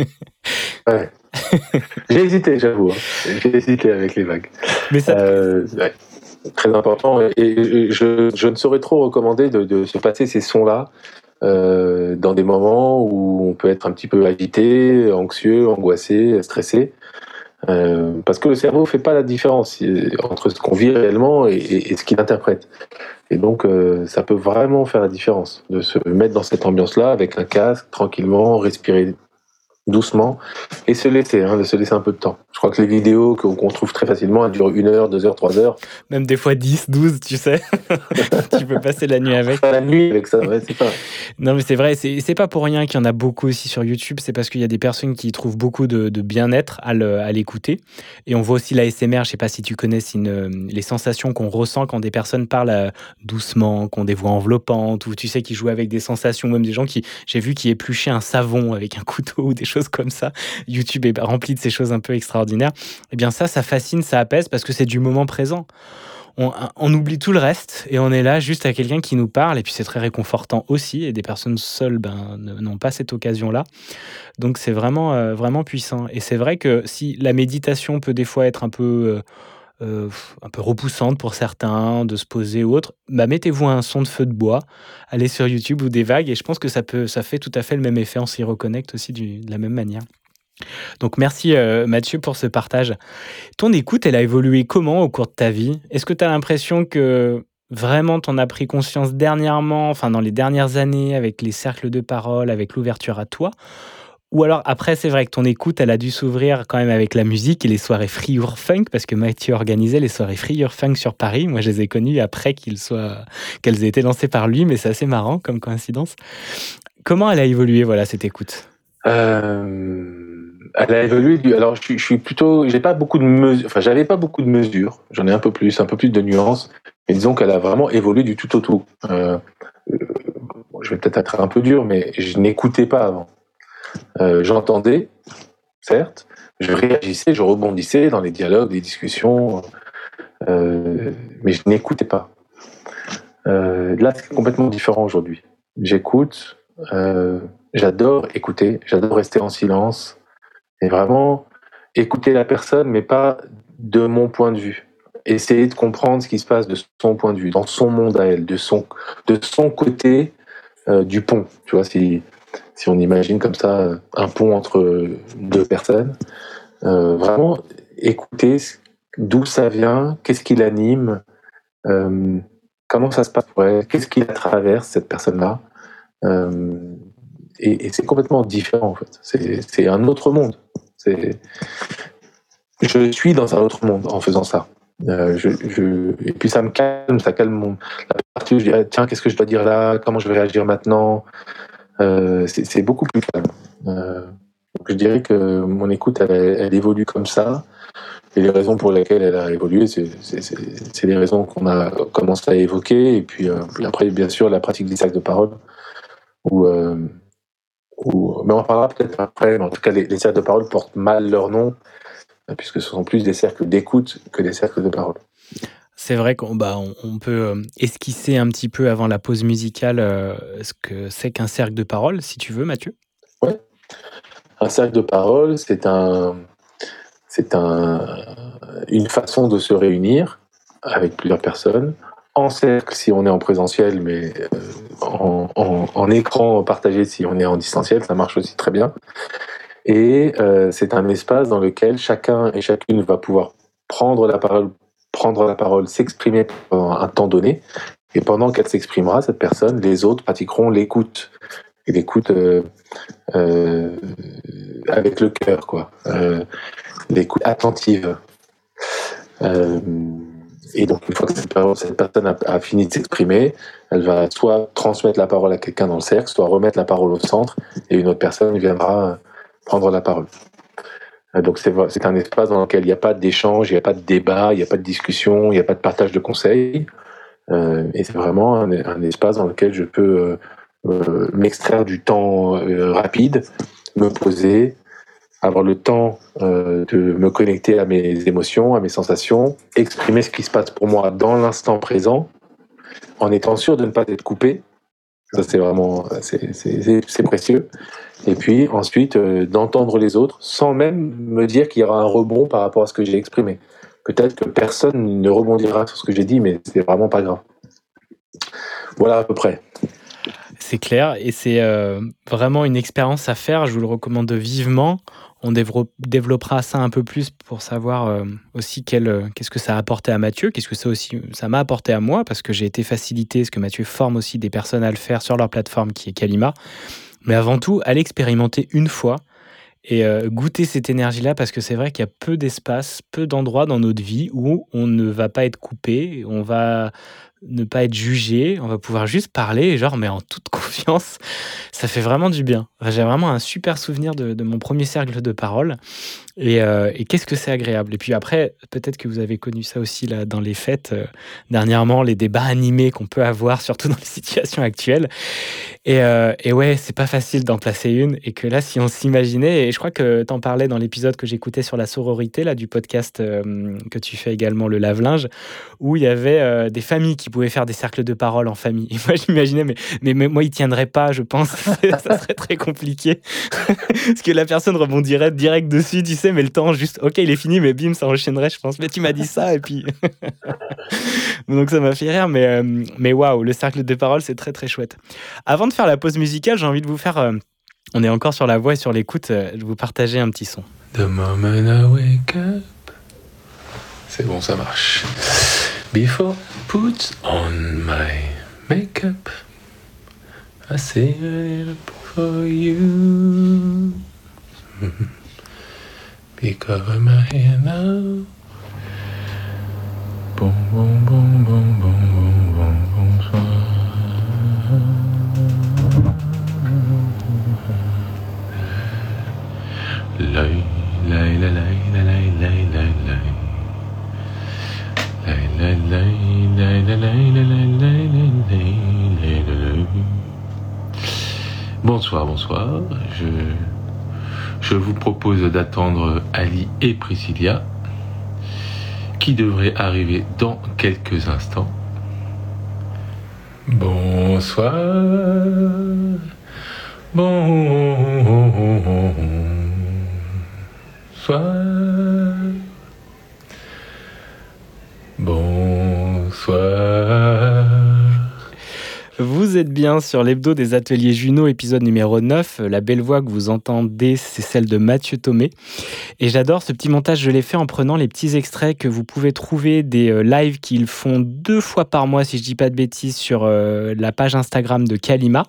Ouais. J'ai hésité, j'avoue. Hein. J'ai hésité avec les vagues. Mais ça... euh, ouais. Très important. Et je, je ne saurais trop recommander de, de se passer ces sons-là euh, dans des moments où on peut être un petit peu agité, anxieux, angoissé, stressé. Euh, parce que le cerveau ne fait pas la différence entre ce qu'on vit réellement et, et, et ce qu'il interprète. Et donc, euh, ça peut vraiment faire la différence de se mettre dans cette ambiance-là avec un casque, tranquillement, respirer doucement et se laisser, hein, de se laisser un peu de temps. Je crois que les vidéos qu'on trouve très facilement, elles durent une heure, deux heures, trois heures. Même des fois dix, douze, tu sais. Tu peux passer la nuit avec. La nuit avec ça, ouais, c'est pas. Non, mais c'est vrai, c'est, c'est pas pour rien qu'il y en a beaucoup aussi sur YouTube. C'est parce qu'il y a des personnes qui trouvent beaucoup de, de bien-être à, le, à l'écouter. Et on voit aussi l'A S M R, je sais pas si tu connais, c'est une, les sensations qu'on ressent quand des personnes parlent euh, doucement, qui ont des voix enveloppantes, ou tu sais, qui jouent avec des sensations, même des gens qui, j'ai vu, qui épluchaient un savon avec un couteau ou des choses comme ça. YouTube est rempli de ces choses un peu extraordinaires. Eh bien ça, ça fascine, ça apaise parce que c'est du moment présent. On, on oublie tout le reste et on est là juste à quelqu'un qui nous parle et puis c'est très réconfortant aussi et des personnes seules ben, n'ont pas cette occasion-là. Donc c'est vraiment, euh, vraiment puissant. Et c'est vrai que si la méditation peut des fois être un peu... Euh, Euh, un peu repoussante pour certains, de se poser ou autre, bah mettez-vous un son de feu de bois, allez sur YouTube ou des vagues, et je pense que ça, peut, ça fait tout à fait le même effet, on s'y reconnecte aussi du, de la même manière. Donc merci euh, Mathieu pour ce partage. Ton écoute, elle a évolué comment au cours de ta vie ? Est-ce que tu as l'impression que vraiment t'en as pris conscience dernièrement, enfin dans les dernières années, avec les cercles de parole, avec l'ouverture à toi ? Ou alors, après, c'est vrai que ton écoute, elle a dû s'ouvrir quand même avec la musique et les soirées Free Your Funk, parce que Mathieu organisait les soirées Free Your Funk sur Paris. Moi, je les ai connues après qu'ils soient, qu'elles aient été lancées par lui, mais c'est assez marrant comme coïncidence. Comment elle a évolué, voilà, cette écoute ? euh, Elle a évolué. Du, alors, je, je suis plutôt, j'ai pas beaucoup de mesures. Enfin, j'avais pas beaucoup de mesures. J'en ai un peu plus, un peu plus de nuances. Mais disons qu'elle a vraiment évolué du tout au tout. Euh, euh, je vais peut-être être un peu dur, mais je n'écoutais pas avant. Euh, j'entendais, certes, je réagissais, je rebondissais dans les dialogues, les discussions, euh, mais je n'écoutais pas. Euh, là, c'est complètement différent aujourd'hui. J'écoute, euh, j'adore écouter, j'adore rester en silence, et vraiment écouter la personne, mais pas de mon point de vue. Essayer de comprendre ce qui se passe de son point de vue, dans son monde à elle, de son, de son côté euh, du pont. Tu vois, si... Si on imagine comme ça un pont entre deux personnes, euh, vraiment écouter d'où ça vient, qu'est-ce qui l'anime, euh, comment ça se passe pour elle, qu'est-ce qui la traverse, cette personne-là, Euh, et, et c'est complètement différent, en fait. C'est, c'est un autre monde. C'est... Je suis dans un autre monde en faisant ça. Euh, je, je... Et puis ça me calme, ça calme mon... la partie où je dis, tiens, qu'est-ce que je dois dire là? Comment je vais réagir maintenant? euh, c'est, c'est beaucoup plus calme. Euh, donc je dirais que mon écoute, elle, elle évolue comme ça. Et les raisons pour lesquelles elle a évolué, c'est, c'est, c'est, c'est les raisons qu'on a commencé à évoquer. Et puis, euh, puis après, bien sûr, la pratique des cercles de parole. Où, euh, où... Mais on en parlera peut-être après. Mais en tout cas, les, les cercles de parole portent mal leur nom, puisque ce sont plus des cercles d'écoute que des cercles de parole. C'est vrai qu'on bah, on, on peut euh, esquisser un petit peu avant la pause musicale euh, ce que c'est qu'un cercle de parole, si tu veux, Mathieu. Oui. Un cercle de parole, c'est un... C'est un, une façon de se réunir avec plusieurs personnes, en cercle si on est en présentiel, mais euh, en, en, en écran partagé si on est en distanciel, ça marche aussi très bien. Et euh, c'est un espace dans lequel chacun et chacune va pouvoir prendre la parole, prendre la parole, s'exprimer pendant un temps donné, et pendant qu'elle s'exprimera, cette personne, les autres pratiqueront l'écoute. Et l'écoute euh, euh, avec le cœur, quoi. Euh, l'écoute attentive. Euh, et donc, une fois que cette, parole, cette personne a, a fini de s'exprimer, elle va soit transmettre la parole à quelqu'un dans le cercle, soit remettre la parole au centre, et une autre personne viendra prendre la parole. Euh, donc, c'est, c'est un espace dans lequel il n'y a pas d'échange, il n'y a pas de débat, il n'y a pas de discussion, il n'y a pas de partage de conseils. Euh, et c'est vraiment un, un espace dans lequel je peux euh, euh, m'extraire du temps euh, rapide, me poser, avoir le temps euh, de me connecter à mes émotions, à mes sensations, exprimer ce qui se passe pour moi dans l'instant présent, en étant sûr de ne pas être coupé. Ça, c'est vraiment c'est, c'est, c'est, c'est précieux. Et puis ensuite, euh, d'entendre les autres sans même me dire qu'il y aura un rebond par rapport à ce que j'ai exprimé. Peut-être que personne ne rebondira sur ce que j'ai dit, mais c'est vraiment pas grave. Voilà à peu près. C'est clair, et c'est euh, vraiment une expérience à faire, je vous le recommande vivement. On développera ça un peu plus pour savoir euh, aussi quel, euh, qu'est-ce que ça a apporté à Mathieu, qu'est-ce que ça, aussi, ça m'a apporté à moi, parce que j'ai été facilité, parce que Mathieu forme aussi des personnes à le faire sur leur plateforme qui est Kalima. Mais avant tout, allez expérimenter une fois et euh, goûter cette énergie-là, parce que c'est vrai qu'il y a peu d'espace, peu d'endroits dans notre vie où on ne va pas être coupé, on va ne pas être jugé, on va pouvoir juste parler, genre, mais en toute confiance. Ça fait vraiment du bien. Enfin, j'ai vraiment un super souvenir de, de mon premier cercle de parole. Et, euh, et qu'est-ce que c'est agréable. Et puis après, peut-être que vous avez connu ça aussi là, dans les fêtes, euh, dernièrement, les débats animés qu'on peut avoir, surtout dans les situations actuelles. Et, euh, et ouais, c'est pas facile d'en placer une. Et que là, si on s'imaginait, et je crois que t'en parlais dans l'épisode que j'écoutais sur la sororité, là, du podcast euh, que tu fais également, le lave-linge, où il y avait euh, des familles qui pouvaient faire des cercles de parole en famille. Et moi, j'imaginais, mais, mais, mais moi, ils tiendraient pas, je pense. Ça serait très compliqué. Parce que la personne rebondirait direct dessus, tu sais, mais le temps, juste, ok, il est fini, mais bim, ça enchaînerait, je pense. Mais tu m'as dit ça, et puis... Donc ça m'a fait rire, mais, euh, mais waouh, le cercle de parole, c'est très, très chouette. Avant de faire la pause musicale, j'ai envie de vous faire... Euh, on est encore sur la voix et sur l'écoute, euh, de vous partager un petit son. The moment I wake up. C'est bon, ça marche. Before I put on my makeup, I say a little for you. Because my hair now. Boom, boom, boom, boom, boom, boom, boom, bonsoir. Lay, lay, lay, lay, lay, lay, lay, lay. Bonsoir, bonsoir. Je, je vous propose d'attendre Ali et Priscilla, qui devraient arriver dans quelques instants. Bonsoir. Bonsoir. Bonsoir. Vous Vous êtes bien sur l'hebdo des ateliers Juno, épisode numéro neuf. La belle voix que vous entendez, c'est celle de Mathieu Thomé. Et j'adore ce petit montage, je l'ai fait en prenant les petits extraits que vous pouvez trouver des euh, lives qu'ils font deux fois par mois, si je dis pas de bêtises, sur euh, la page Instagram de Kalima.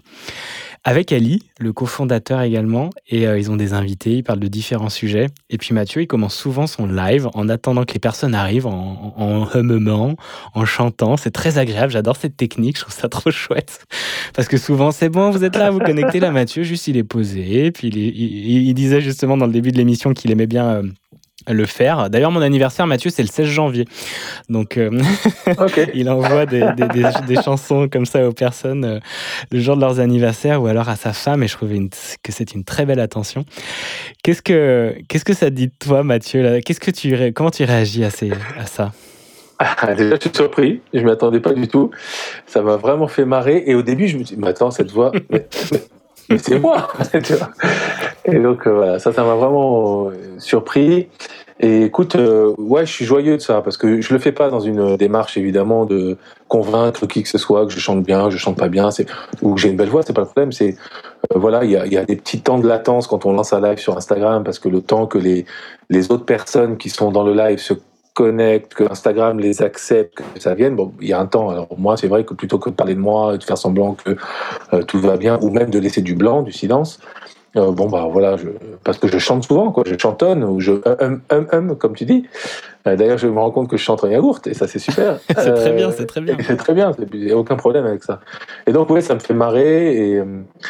Avec Ali, le cofondateur également, et euh, ils ont des invités, ils parlent de différents sujets. Et puis Mathieu, il commence souvent son live en attendant que les personnes arrivent, en, en, en hummement, en chantant. C'est très agréable, j'adore cette technique, je trouve ça trop chouette. Parce que souvent, c'est bon, vous êtes là, vous connectez là, Mathieu, juste il est posé. Puis il, il, il disait justement dans le début de l'émission qu'il aimait bien... Euh, le faire. D'ailleurs, mon anniversaire, Mathieu, c'est le seize janvier. Donc, euh, okay. Il envoie des, des, des, des chansons comme ça aux personnes euh, le jour de leurs anniversaires ou alors à sa femme. Et je trouvais une, que c'est une très belle attention. Qu'est-ce que, qu'est-ce que ça dit de toi, Mathieu là ? Qu'est-ce que tu, comment tu réagis à, ces, à ça ? Ah, déjà, je suis surpris. Je ne m'y attendais pas du tout. Ça m'a vraiment fait marrer. Et au début, je me dis, mais attends, cette voix... Mais, mais... Mais c'est moi, tu vois. Et donc euh, voilà, ça, ça m'a vraiment euh, surpris. Et écoute, euh, ouais, je suis joyeux de ça parce que je le fais pas dans une démarche évidemment de convaincre qui que ce soit que je chante bien, que je chante pas bien, c'est ou que j'ai une belle voix, c'est pas le problème. C'est euh, voilà, il y a, y a des petits temps de latence quand on lance un live sur Instagram parce que le temps que les les autres personnes qui sont dans le live se connectent, que Instagram les accepte, que ça vienne, bon, il y a un temps. Alors moi, c'est vrai que plutôt que de parler de moi, de faire semblant que euh, tout va bien, ou même de laisser du blanc, du silence, euh, bon bah voilà, je, parce que je chante souvent, quoi, je chantonne ou je hum hum hum comme tu dis. Euh, d'ailleurs, je me rends compte que je chante en yaourt et ça c'est super. c'est euh, très bien, c'est très bien. C'est très bien, il n'y a aucun problème avec ça. Et donc ouais, ça me fait marrer et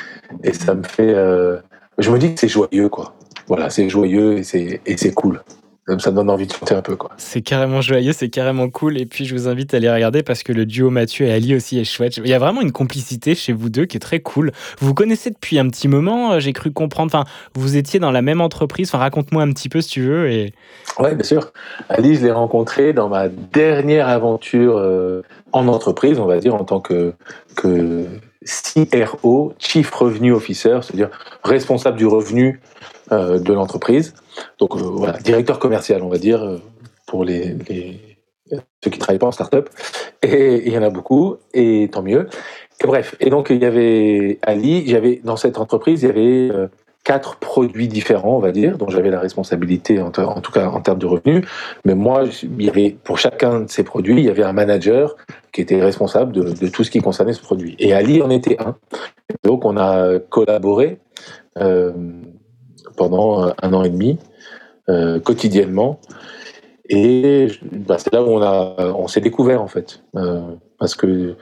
et ça me fait, euh, je me dis que c'est joyeux, quoi. Voilà, c'est joyeux et c'est et c'est cool. Ça me donne envie de chanter un peu, quoi. C'est carrément joyeux, c'est carrément cool. Et puis, je vous invite à aller regarder parce que le duo Mathieu et Ali aussi est chouette. Il y a vraiment une complicité chez vous deux qui est très cool. Vous vous connaissez depuis un petit moment, j'ai cru comprendre. Enfin, vous étiez dans la même entreprise. Enfin, raconte-moi un petit peu si tu veux. Et... Oui, bien sûr. Ali, je l'ai rencontré dans ma dernière aventure euh, en entreprise, on va dire, en tant que, que C R O, Chief Revenue Officer, c'est-à-dire responsable du revenu euh, de l'entreprise. Donc euh, voilà, directeur commercial, on va dire, euh, pour les, les ceux qui travaillent pas en start-up. Et il y en a beaucoup, et tant mieux. Et bref, et donc il y avait Ali, j'avais dans cette entreprise, il y avait euh, quatre produits différents, on va dire, dont j'avais la responsabilité, en, en tout cas en termes de revenus. Mais moi, il y avait pour chacun de ces produits, il y avait un manager qui était responsable de, de tout ce qui concernait ce produit. Et Ali en était un. Donc on a collaboré euh, pendant un an et demi. Euh, quotidiennement et bah, c'est là où on a on s'est découvert en fait euh, parce que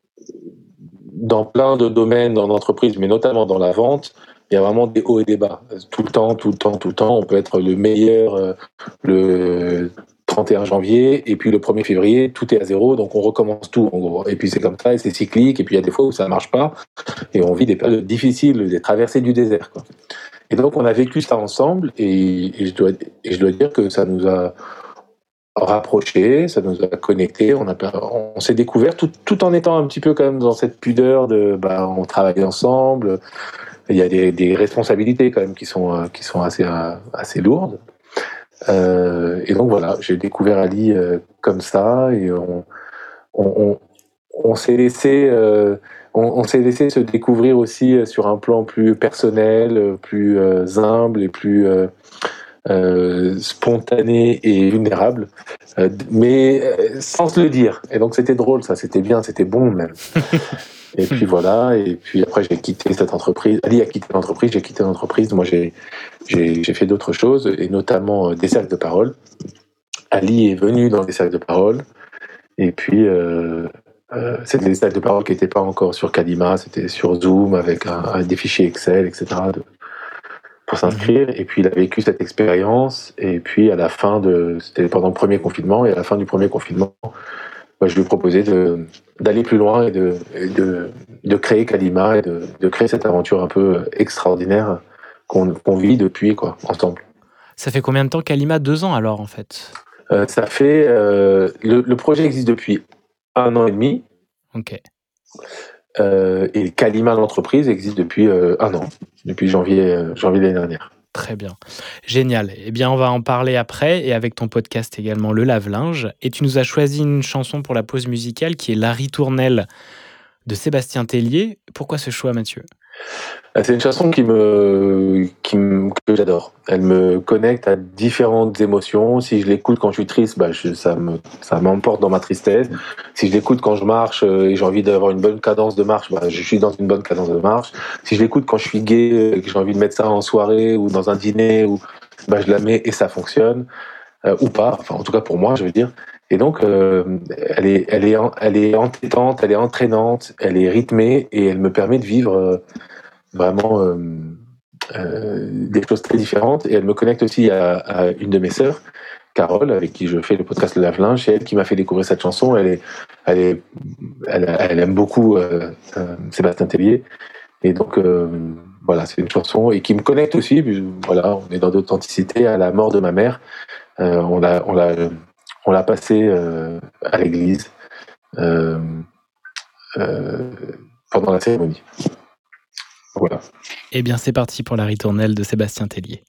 dans plein de domaines dans l'entreprise mais notamment dans la vente il y a vraiment des hauts et des bas tout le temps tout le temps tout le temps on peut être le meilleur euh, le trente et un janvier et puis le premier février tout est à zéro donc on recommence tout en gros et puis c'est comme ça et c'est cyclique et puis il y a des fois où ça marche pas et on vit des périodes difficiles des traversées du désert quoi. Et donc, on a vécu ça ensemble et, et, je dois, et je dois dire que ça nous a rapprochés, ça nous a connectés, on, a, on s'est découvert tout, tout en étant un petit peu quand même dans cette pudeur de bah, on travaille ensemble, il y a des, des responsabilités quand même qui sont, qui sont assez, assez lourdes. Euh, et donc voilà, j'ai découvert Ali euh, comme ça et on, on, on, on s'est laissé... Euh, On, on s'est laissé se découvrir aussi sur un plan plus personnel, plus euh, humble et plus euh, euh, spontané et vulnérable, euh, mais euh, sans se le dire. Et donc c'était drôle, ça, c'était bien, c'était bon même. Et puis voilà, et puis après j'ai quitté cette entreprise. Ali a quitté l'entreprise, j'ai quitté l'entreprise. Moi j'ai j'ai, j'ai fait d'autres choses, et notamment euh, des cercles de parole. Ali est venu dans des cercles de parole, et puis. Euh, Euh, c'était des cercles de parole qui n'étaient pas encore sur Kalima, c'était sur Zoom avec un, un, des fichiers Excel, et cetera de, pour s'inscrire. Et puis il a vécu cette expérience. Et puis à la fin de, c'était pendant le premier confinement, et à la fin du premier confinement, bah, je lui ai proposé de, d'aller plus loin et de, et de, de créer Kalima et de, de créer cette aventure un peu extraordinaire qu'on, qu'on vit depuis quoi, ensemble. Ça fait combien de temps Kalima ? Deux ans alors en fait ? euh, Ça fait euh, le, le projet existe depuis un an et demi. Ok. Euh, et Kalima, l'entreprise, existe depuis euh, un an, depuis janvier, euh, janvier de l'année dernière. Très bien. Génial. Eh bien, on va en parler après, et avec ton podcast également, Le Lave-Linge. Et tu nous as choisi une chanson pour la pause musicale qui est La Ritournelle de Sébastien Tellier. Pourquoi ce choix, Mathieu ? C'est une chanson qui me, qui me, que j'adore. Elle me connecte à différentes émotions. Si je l'écoute quand je suis triste, bah, je, ça me, ça m'emporte dans ma tristesse. Si je l'écoute quand je marche et j'ai envie d'avoir une bonne cadence de marche, bah, je suis dans une bonne cadence de marche. Si je l'écoute quand je suis gai et que j'ai envie de mettre ça en soirée ou dans un dîner, ou, bah, je la mets et ça fonctionne. Euh, ou pas. Enfin, en tout cas pour moi, je veux dire. Et donc, euh, elle est, elle est, elle est entêtante, elle est entraînante, elle est rythmée et elle me permet de vivre euh, vraiment euh, euh, des choses très différentes. Et elle me connecte aussi à, à une de mes sœurs, Carole, avec qui je fais le podcast Le Lave-Linge. C'est elle qui m'a fait découvrir cette chanson. Elle est, elle est, elle, elle aime beaucoup euh, euh, Sébastien Tellier. Et donc, euh, voilà, c'est une chanson et qui me connecte aussi. Voilà, on est dans l'authenticité à la mort de ma mère. Euh, on l'a, on l'a, on l'a passé euh, à l'église euh, euh, pendant la cérémonie. Voilà. Eh bien, c'est parti pour la ritournelle de Sébastien Tellier.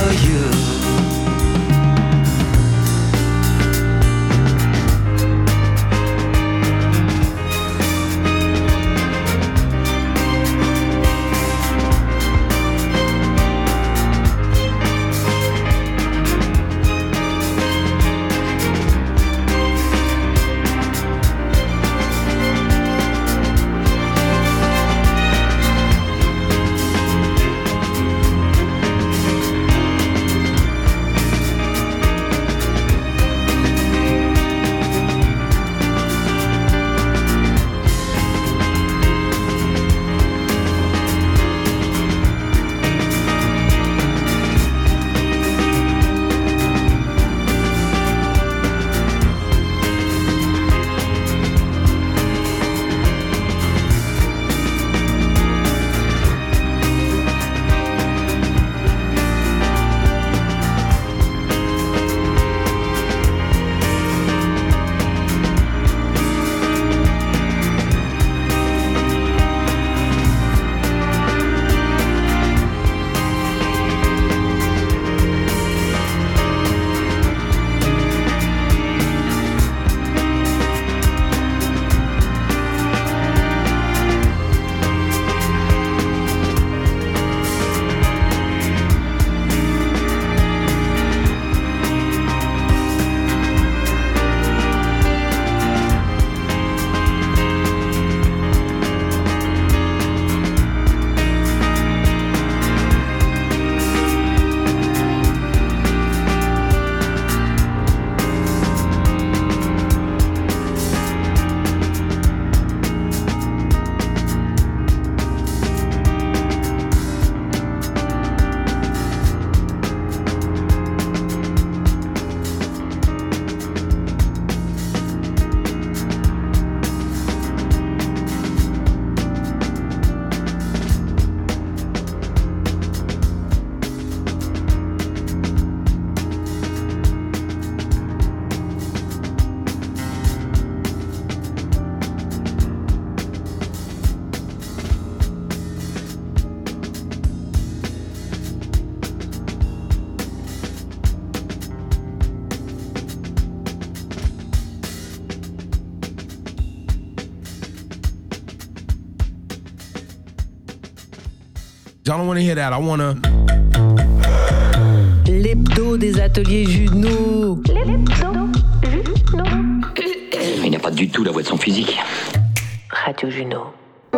you. Y'all don't want to hear that. I want to... L'hebdo des ateliers Junot. L'hebdo Junot. Il n'a pas du tout la voix de son physique. Radio Junot.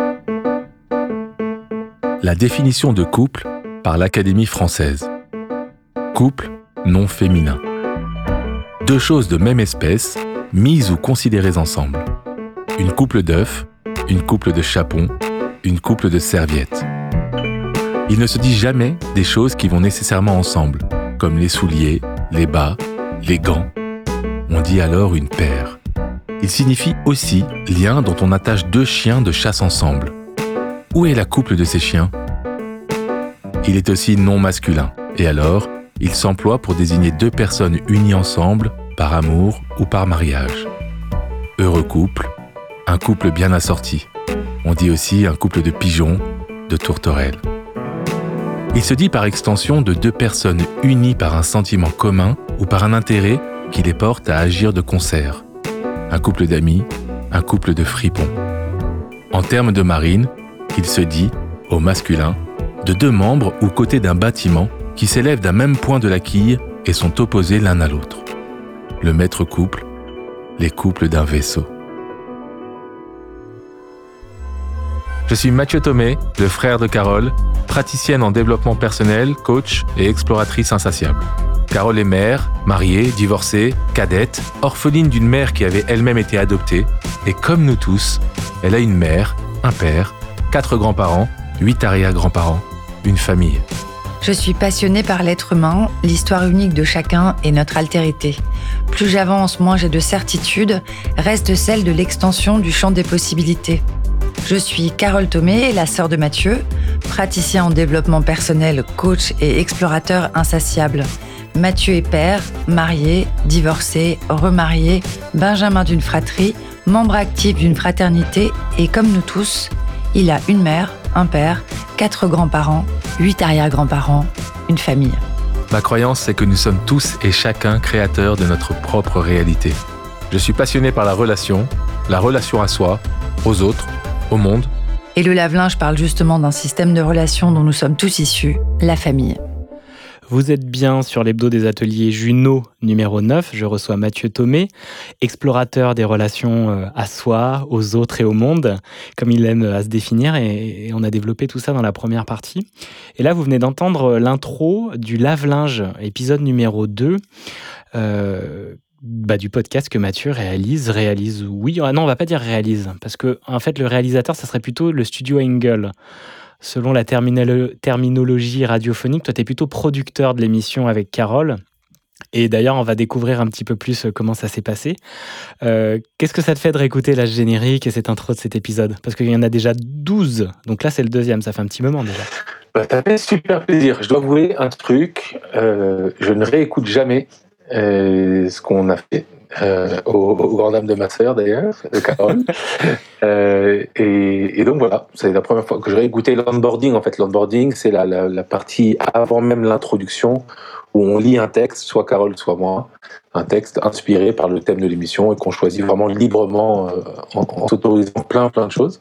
La définition de couple par l'Académie française. Couple non féminin. Deux choses de même espèce, mises ou considérées ensemble. Une couple d'œufs, une couple de chapons, une couple de serviettes. Il ne se dit jamais des choses qui vont nécessairement ensemble, comme les souliers, les bas, les gants. On dit alors une paire. Il signifie aussi lien dont on attache deux chiens de chasse ensemble. Où est la couple de ces chiens ? Il est aussi non masculin, et alors, il s'emploie pour désigner deux personnes unies ensemble par amour ou par mariage. Heureux couple, un couple bien assorti. On dit aussi un couple de pigeons, de tourterelles. Il se dit par extension de deux personnes unies par un sentiment commun ou par un intérêt qui les porte à agir de concert. Un couple d'amis, un couple de fripons. En termes de marine, il se dit, au masculin, de deux membres ou côtés d'un bâtiment qui s'élèvent d'un même point de la quille et sont opposés l'un à l'autre. Le maître couple, les couples d'un vaisseau. Je suis Mathieu Thomé, le frère de Carole, praticienne en développement personnel, coach et exploratrice insatiable. Carole est mère, mariée, divorcée, cadette, orpheline d'une mère qui avait elle-même été adoptée, et comme nous tous, elle a une mère, un père, quatre grands-parents, huit arrière-grands-parents, une famille. Je suis passionnée par l'être humain, l'histoire unique de chacun et notre altérité. Plus j'avance, moins j'ai de certitudes, reste celle de l'extension du champ des possibilités. Je suis Carole Thomé, la sœur de Mathieu, praticien en développement personnel, coach et explorateur insatiable. Mathieu est père, marié, divorcé, remarié, benjamin d'une fratrie, membre actif d'une fraternité et comme nous tous, il a une mère, un père, quatre grands-parents, huit arrière-grands-parents, une famille. Ma croyance, c'est que nous sommes tous et chacun créateurs de notre propre réalité. Je suis passionné par la relation, la relation à soi, aux autres, au monde. Et le lave-linge parle justement d'un système de relations dont nous sommes tous issus, la famille. Vous êtes bien sur l'hebdo des ateliers Junot numéro neuf. Je reçois Mathieu Thomé, explorateur des relations à soi, aux autres et au monde, comme il aime à se définir. Et on a développé tout ça dans la première partie. Et là, vous venez d'entendre l'intro du lave-linge, épisode numéro deux, euh, bah, du podcast que Mathieu réalise. Réalise, oui. Ah non, on va pas dire réalise, parce que en fait, le réalisateur, ça serait plutôt le studio Engel. Selon la terminalo- terminologie radiophonique, toi, tu es plutôt producteur de l'émission avec Carole. Et d'ailleurs, on va découvrir un petit peu plus comment ça s'est passé. Euh, qu'est-ce que ça te fait de réécouter la générique et cette intro de cet épisode ? Parce qu'il y en a déjà douze. Donc là, c'est le deuxième. Ça fait un petit moment déjà. Bah, ça fait super plaisir. Je dois avouer un truc. Euh, je ne réécoute jamais euh, ce qu'on a fait. Euh, au, au grand dame de ma sœur d'ailleurs, de Carole. euh, et, et donc voilà, c'est la première fois que je réécoutais l'onboarding. En fait, l'onboarding, c'est la, la, la partie avant même l'introduction où on lit un texte, soit Carole, soit moi, un texte inspiré par le thème de l'émission et qu'on choisit vraiment librement euh, en, en s'autorisant plein plein de choses.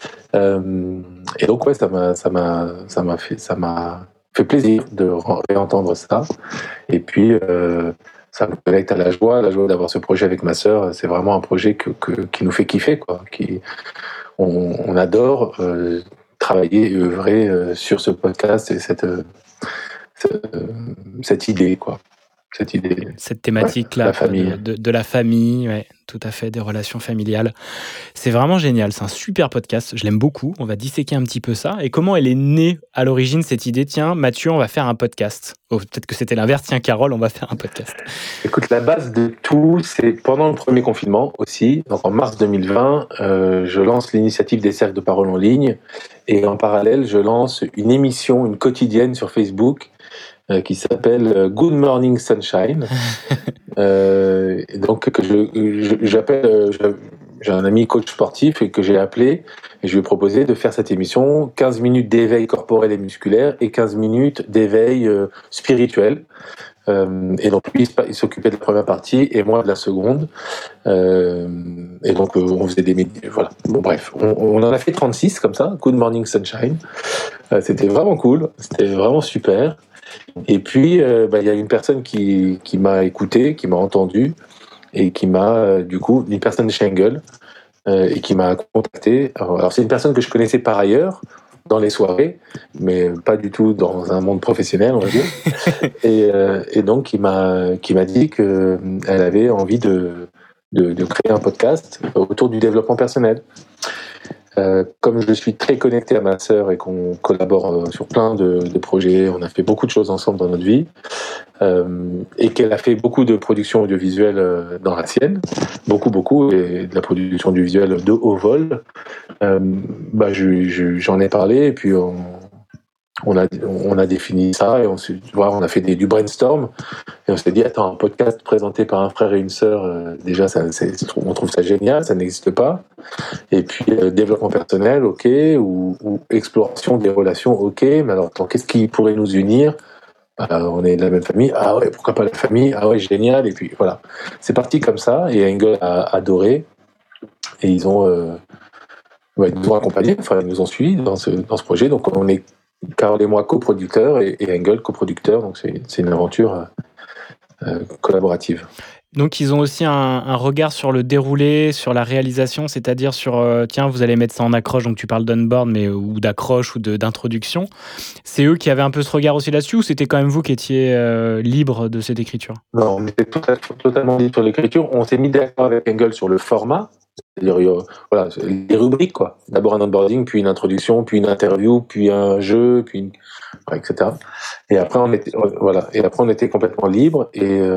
Euh, et donc ouais, ça m'a ça m'a ça m'a fait ça m'a fait plaisir de réentendre ça. Et puis euh, ça me connecte à la joie, la joie d'avoir ce projet avec ma sœur. C'est vraiment un projet que, que, qui nous fait kiffer, quoi. Qui, on, on adore euh, travailler et œuvrer euh, sur ce podcast et cette, euh, cette, euh, cette idée, quoi. Cette idée. Cette thématique-là, ouais, la famille. De, de, de la famille, ouais, tout à fait, des relations familiales. C'est vraiment génial, c'est un super podcast, je l'aime beaucoup. On va disséquer un petit peu ça. Et comment elle est née à l'origine, cette idée ? Tiens, Mathieu, on va faire un podcast. Oh, peut-être que c'était l'inverse. Tiens, Carole, on va faire un podcast. Écoute, la base de tout, c'est pendant le premier confinement aussi. Donc en mars deux mille vingt, euh, je lance l'initiative des cercles de parole en ligne. Et en parallèle, je lance une émission, une quotidienne sur Facebook euh, qui s'appelle Good Morning Sunshine. euh, et donc que je, je, j'appelle, je, j'ai un ami coach sportif et que j'ai appelé et je lui ai proposé de faire cette émission, quinze minutes d'éveil corporel et musculaire et quinze minutes d'éveil euh, spirituel. Euh, et donc lui il s'occupait de la première partie et moi de la seconde. Euh, et donc euh, on faisait des méditations. Voilà. Bon bref, on, on en a fait trente-six comme ça. Good Morning Sunshine. Euh, c'était vraiment cool. C'était vraiment super. Et puis euh, bah, y a une personne qui qui m'a écouté, qui m'a entendu et qui m'a euh, du coup une personne de chez Engel euh, et qui m'a contacté. Alors, alors c'est une personne que je connaissais par ailleurs dans les soirées, mais pas du tout dans un monde professionnel, on va dire. et, euh, et donc, il m'a, qui m'a dit qu'elle avait envie de, de, de créer un podcast autour du développement personnel. Euh, comme je suis très connecté à ma sœur et qu'on collabore sur plein de, de projets, on a fait beaucoup de choses ensemble dans notre vie, euh, et qu'elle a fait beaucoup de production audiovisuelle dans la sienne, beaucoup, beaucoup, et de la production audiovisuelle de haut vol, euh, bah, je, je, j'en ai parlé, et puis on, on, a, on a défini ça, et on, s'est, voilà, on a fait des, du brainstorm, et on s'est dit, attends, un podcast présenté par un frère et une sœur, euh, déjà, ça, c'est, on trouve ça génial, ça n'existe pas. Et puis, euh, développement personnel, ok, ou, ou exploration des relations, ok, mais alors, attends, qu'est-ce qui pourrait nous unir ? Bah, on est de la même famille, ah ouais, pourquoi pas la famille, ah ouais, génial, et puis voilà. C'est parti comme ça, et Engel a adoré, et ils ont, euh, ouais, ils nous ont accompagnés, enfin, ils nous ont suivis dans ce, dans ce projet, donc on est, Carole et moi, coproducteurs, et, et Engel, coproducteur, donc c'est, c'est une aventure euh, collaborative. Donc, ils ont aussi un, un regard sur le déroulé, sur la réalisation, c'est-à-dire sur, euh, tiens, vous allez mettre ça en accroche, donc tu parles d'onboard, mais, ou d'accroche ou de, d'introduction. C'est eux qui avaient un peu ce regard aussi là-dessus, ou c'était quand même vous qui étiez euh, libre de cette écriture ? Non, on était totalement, totalement libre sur l'écriture. On s'est mis d'accord avec Engel sur le format, c'est-à-dire voilà, les rubriques, quoi. D'abord un onboarding, puis une introduction, puis une interview, puis un jeu, puis une... Ouais, et cetera. Et après, on était, voilà, et après, on était complètement libre et... Euh,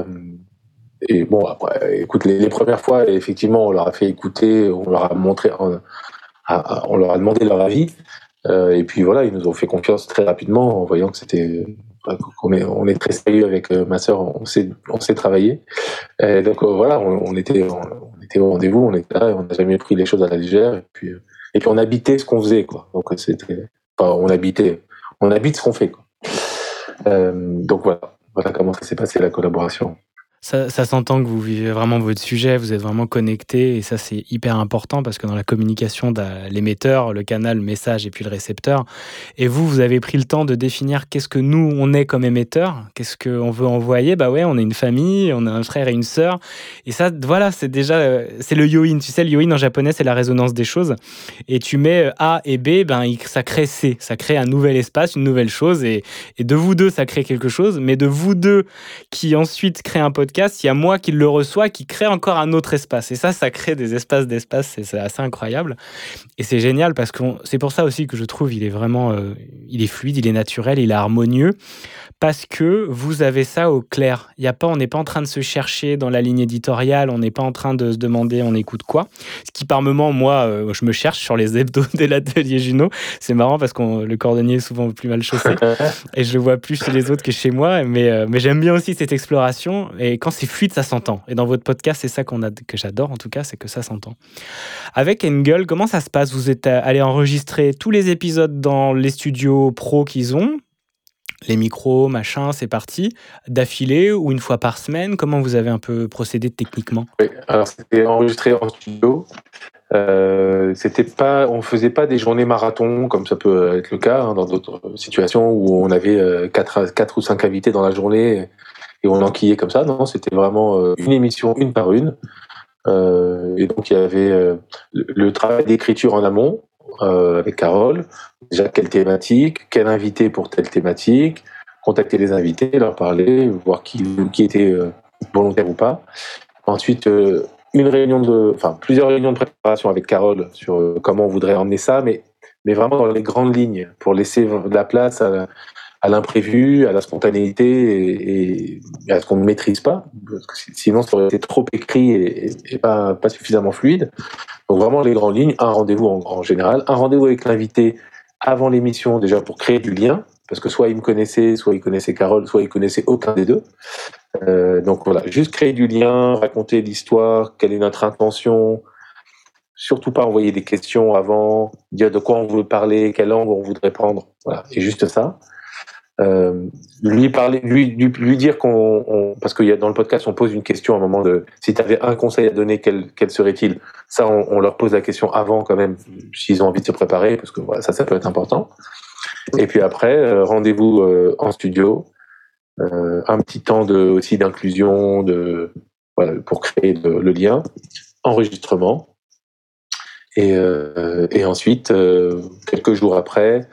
Et bon, après, écoute, les, les premières fois, effectivement, on leur a fait écouter, on leur a montré, on, a, on leur a demandé leur avis, euh, et puis voilà, ils nous ont fait confiance très rapidement en voyant que c'était, qu'on est, on est très sérieux avec euh, ma sœur, on s'est, on s'est travaillé. Et donc euh, voilà, on, on était, on, on était au rendez-vous, on était là, et on n'a jamais pris les choses à la légère, et puis, euh, et puis on habitait ce qu'on faisait, quoi. Donc c'était, enfin, on habitait, on habite ce qu'on fait, quoi. Euh, donc voilà. voilà comment ça s'est passé la collaboration. Ça, ça s'entend que vous vivez vraiment votre sujet, vous êtes vraiment connecté et ça c'est hyper important parce que dans la communication, t'as l'émetteur, le canal, le message et puis le récepteur. Et vous, vous avez pris le temps de définir qu'est-ce que nous on est comme émetteur, qu'est-ce qu'on veut envoyer. Bah ouais, on est une famille, on a un frère et une sœur. Et ça, voilà, c'est déjà, c'est le yoin. Tu sais, le yoin en japonais, c'est la résonance des choses. Et tu mets A et B, ben ça crée C, ça crée un nouvel espace, une nouvelle chose. Et, et de vous deux, ça crée quelque chose. Mais de vous deux qui ensuite créent un podcast, il y a moi qui le reçois, qui crée encore un autre espace. Et ça, ça crée des espaces d'espace, c'est, c'est assez incroyable. Et c'est génial parce que c'est pour ça aussi que je trouve il est vraiment, euh, il est fluide, il est naturel, il est harmonieux. Parce que vous avez ça au clair. Il y a pas, on n'est pas en train de se chercher dans la ligne éditoriale, on n'est pas en train de se demander on écoute quoi. Ce qui par moment, moi, euh, je me cherche sur les hebdos de l'atelier Junot. C'est marrant parce que le cordonnier est souvent plus mal chaussé et je le vois plus chez les autres que chez moi. Mais, euh, mais j'aime bien aussi cette exploration et quand c'est fluide, ça s'entend. Et dans votre podcast, c'est ça qu'on a, que j'adore en tout cas, c'est que ça s'entend. Avec Engel, comment ça se passe ? Vous êtes allé enregistrer tous les épisodes dans les studios pro qu'ils ont ? Les micros, machin, c'est parti, d'affilée ou une fois par semaine? Comment vous avez un peu procédé techniquement? Oui, alors c'était enregistré en studio. Euh, c'était pas, on faisait pas des journées marathon comme ça peut être le cas hein, dans d'autres situations où on avait euh, quatre, quatre ou cinq invités dans la journée et on enquillait comme ça. Non, c'était vraiment euh, une émission une par une. Euh, et donc il y avait euh, le, le travail d'écriture en amont. Euh, avec Carole, déjà quelle thématique, quel invité pour telle thématique, contacter les invités, leur parler, voir qui, qui était euh, volontaire ou pas. Ensuite, euh, une réunion de, enfin plusieurs réunions de préparation avec Carole sur euh, comment on voudrait emmener ça, mais, mais vraiment dans les grandes lignes, pour laisser de la place à, à l'imprévu, à la spontanéité et, et à ce qu'on ne maîtrise pas, parce que sinon ça aurait été trop écrit et, et pas, pas suffisamment fluide. Donc vraiment les grandes lignes, un rendez-vous en, en général, un rendez-vous avec l'invité avant l'émission déjà pour créer du lien, parce que soit il me connaissait, soit il connaissait Carole, soit il connaissait aucun des deux. Euh, donc voilà, juste créer du lien, raconter l'histoire, quelle est notre intention, surtout pas envoyer des questions avant, dire de quoi on veut parler, quel angle on voudrait prendre, voilà, et juste ça. Euh, lui parler, lui, lui, lui dire qu'on, on, parce qu'il y a dans le podcast, on pose une question à un moment de, si tu avais un conseil à donner, quel, quel serait-il? Ça, on, on leur pose la question avant quand même, s'ils ont envie de se préparer, parce que voilà, ça, ça peut être important. Et puis après, euh, rendez-vous euh, en studio, euh, un petit temps de aussi d'inclusion, de voilà, pour créer de, le lien, enregistrement, et, euh, et ensuite euh, quelques jours après.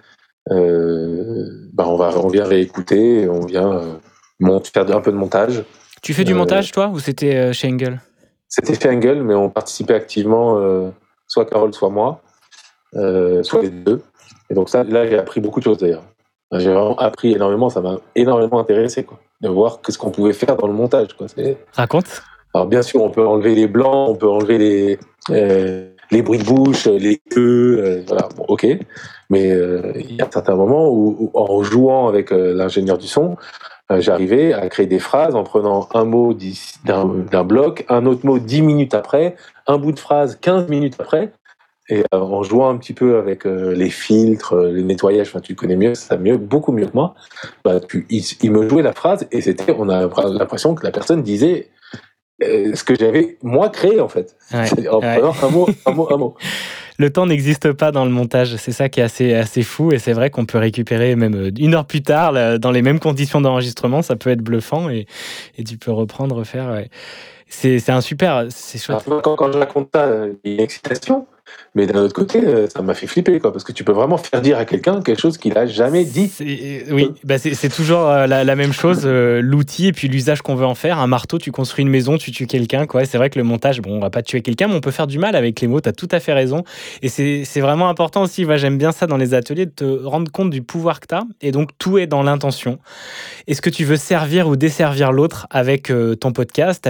Euh, bah on va on vient réécouter et on vient euh, monter, faire un peu de montage. Tu fais du euh, montage toi ou c'était euh, chez Engel? C'était chez Engel, mais on participait activement, euh, soit Carole soit moi, euh, soit les deux. Et donc ça, là j'ai appris beaucoup de choses d'ailleurs. J'ai vraiment appris énormément, ça m'a énormément intéressé quoi, de voir ce qu'on pouvait faire dans le montage quoi. C'est... Raconte. Alors bien sûr on peut enlever les blancs, on peut enlever les euh, les bruits de bouche, les queues, euh, voilà, bon, ok. Mais euh, il y a certains moments où, où en jouant avec euh, l'ingénieur du son, euh, j'arrivais à créer des phrases en prenant un mot d'un, d'un bloc, un autre mot dix minutes après, un bout de phrase quinze minutes après, et euh, en jouant un petit peu avec euh, les filtres, les nettoyages, enfin tu connais mieux, ça mieux, beaucoup mieux que moi. Bah, tu, il, il me jouait la phrase et c'était, on a l'impression que la personne disait euh, ce que j'avais moi créé en fait, ouais, en ouais. prenant un mot, un mot, un mot. Le temps n'existe pas dans le montage, c'est ça qui est assez, assez fou et c'est vrai qu'on peut récupérer même une heure plus tard dans les mêmes conditions d'enregistrement, ça peut être bluffant et, et tu peux reprendre, refaire. Ouais. C'est, c'est un super, c'est chouette. Alors, quand, quand je raconte ça, il y a une excitation, mais d'un autre côté, ça m'a fait flipper, quoi, parce que tu peux vraiment faire dire à quelqu'un quelque chose qu'il n'a jamais dit. C'est, oui, bah c'est, c'est toujours la, la même chose, euh, l'outil et puis l'usage qu'on veut en faire. Un marteau, tu construis une maison, tu tues quelqu'un, quoi. C'est vrai que le montage, bon, on va pas tuer quelqu'un, mais on peut faire du mal avec les mots, tu as tout à fait raison. Et c'est, c'est vraiment important aussi, moi, j'aime bien ça dans les ateliers, de te rendre compte du pouvoir que tu as. Et donc, tout est dans l'intention. Est-ce que tu veux servir ou desservir l'autre avec euh, ton podcast, avec l'interview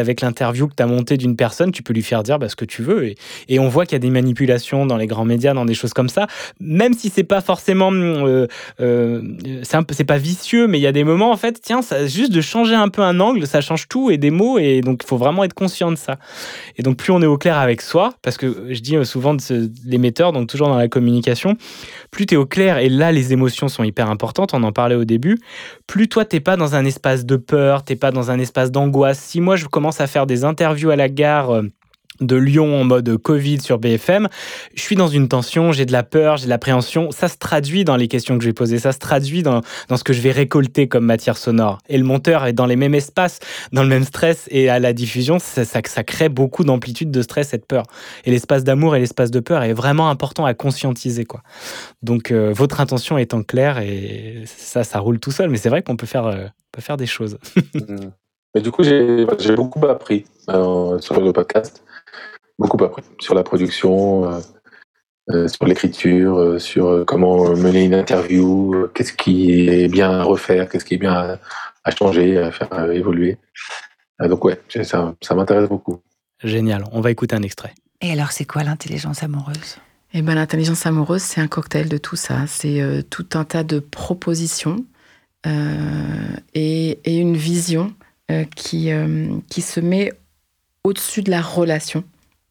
interview que tu as montée d'une personne, tu peux lui faire dire bah, ce que tu veux. Et, et on voit qu'il y a des manipulations dans les grands médias, dans des choses comme ça, même si c'est pas forcément... Euh, euh, c'est, un peu, c'est pas vicieux, mais il y a des moments, en fait, tiens, ça, juste de changer un peu un angle, ça change tout, et des mots, et donc il faut vraiment être conscient de ça. Et donc plus on est au clair avec soi, parce que je dis souvent de ce, l'émetteur, donc toujours dans la communication, plus tu es au clair, et là les émotions sont hyper importantes, on en parlait au début, plus toi t'es pas dans un espace de peur, t'es pas dans un espace d'angoisse. Si moi je commence à faire des interviews à la gare euh, de Lyon en mode Covid sur B F M, je suis dans une tension, j'ai de la peur, j'ai de l'appréhension, ça se traduit dans les questions que je vais poser, ça se traduit dans, dans ce que je vais récolter comme matière sonore. Et le monteur est dans les mêmes espaces, dans le même stress, et à la diffusion, ça, ça, ça crée beaucoup d'amplitude de stress et de peur. Et l'espace d'amour et l'espace de peur est vraiment important à conscientiser, quoi. Donc euh, votre intention étant claire, et ça, ça roule tout seul, mais c'est vrai qu'on peut faire, euh, peut faire des choses. Mais du coup, j'ai, j'ai beaucoup appris euh, sur le podcast. Beaucoup appris sur la production, euh, euh, sur l'écriture, euh, sur euh, comment mener une interview, euh, qu'est-ce qui est bien à refaire, qu'est-ce qui est bien à, à changer, à faire à évoluer. Euh, donc ouais, ça, ça m'intéresse beaucoup. Génial, on va écouter un extrait. Et alors, c'est quoi l'intelligence amoureuse ? Eh ben, l'intelligence amoureuse, c'est un cocktail de tout ça. C'est euh, tout un tas de propositions euh, et, et une vision euh, qui, euh, qui se met au-dessus de la relation,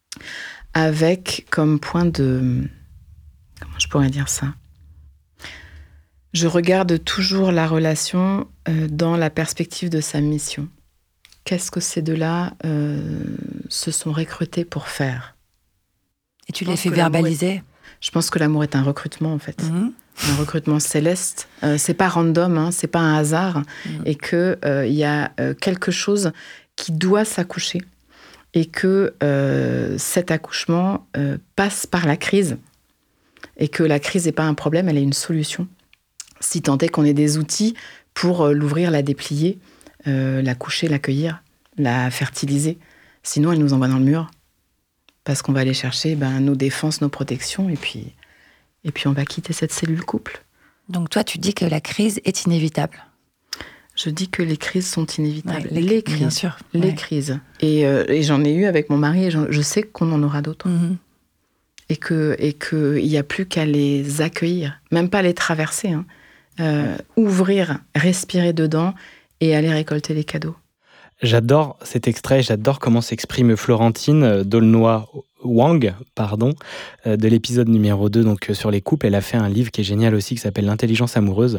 avec comme point de... Comment je pourrais dire ça ? Je regarde toujours la relation euh, dans la perspective de sa mission. Qu'est-ce que ces deux-là euh, se sont recrutés pour faire ? Et tu les fais verbaliser ? est... Je pense que l'amour est un recrutement, en fait. Mmh. Un recrutement céleste. Euh, c'est pas random, hein, c'est pas un hasard. Mmh. Et qu'il euh, y a euh, quelque chose qui doit s'accoucher. Et que euh, cet accouchement euh, passe par la crise, et que la crise n'est pas un problème, elle est une solution. Si tant est qu'on ait des outils pour euh, l'ouvrir, la déplier, euh, la coucher, l'accueillir, la fertiliser. Sinon, elle nous envoie dans le mur, parce qu'on va aller chercher ben, nos défenses, nos protections, et puis, et puis on va quitter cette cellule couple. Donc toi, tu dis que la crise est inévitable ? Je dis que les crises sont inévitables. Ouais, les, les crises, bien sûr. Les ouais. crises. Et, euh, et j'en ai eu avec mon mari, et je sais qu'on en aura d'autres. Mm-hmm. Et qu'il et que n'y a plus qu'à les accueillir, même pas les traverser. Hein. Euh, ouvrir, respirer dedans et aller récolter les cadeaux. J'adore cet extrait, j'adore comment s'exprime Florentine D'aulnoy-Wang, pardon, de l'épisode numéro deux, donc sur les couples. Elle a fait un livre qui est génial aussi, qui s'appelle L'intelligence amoureuse.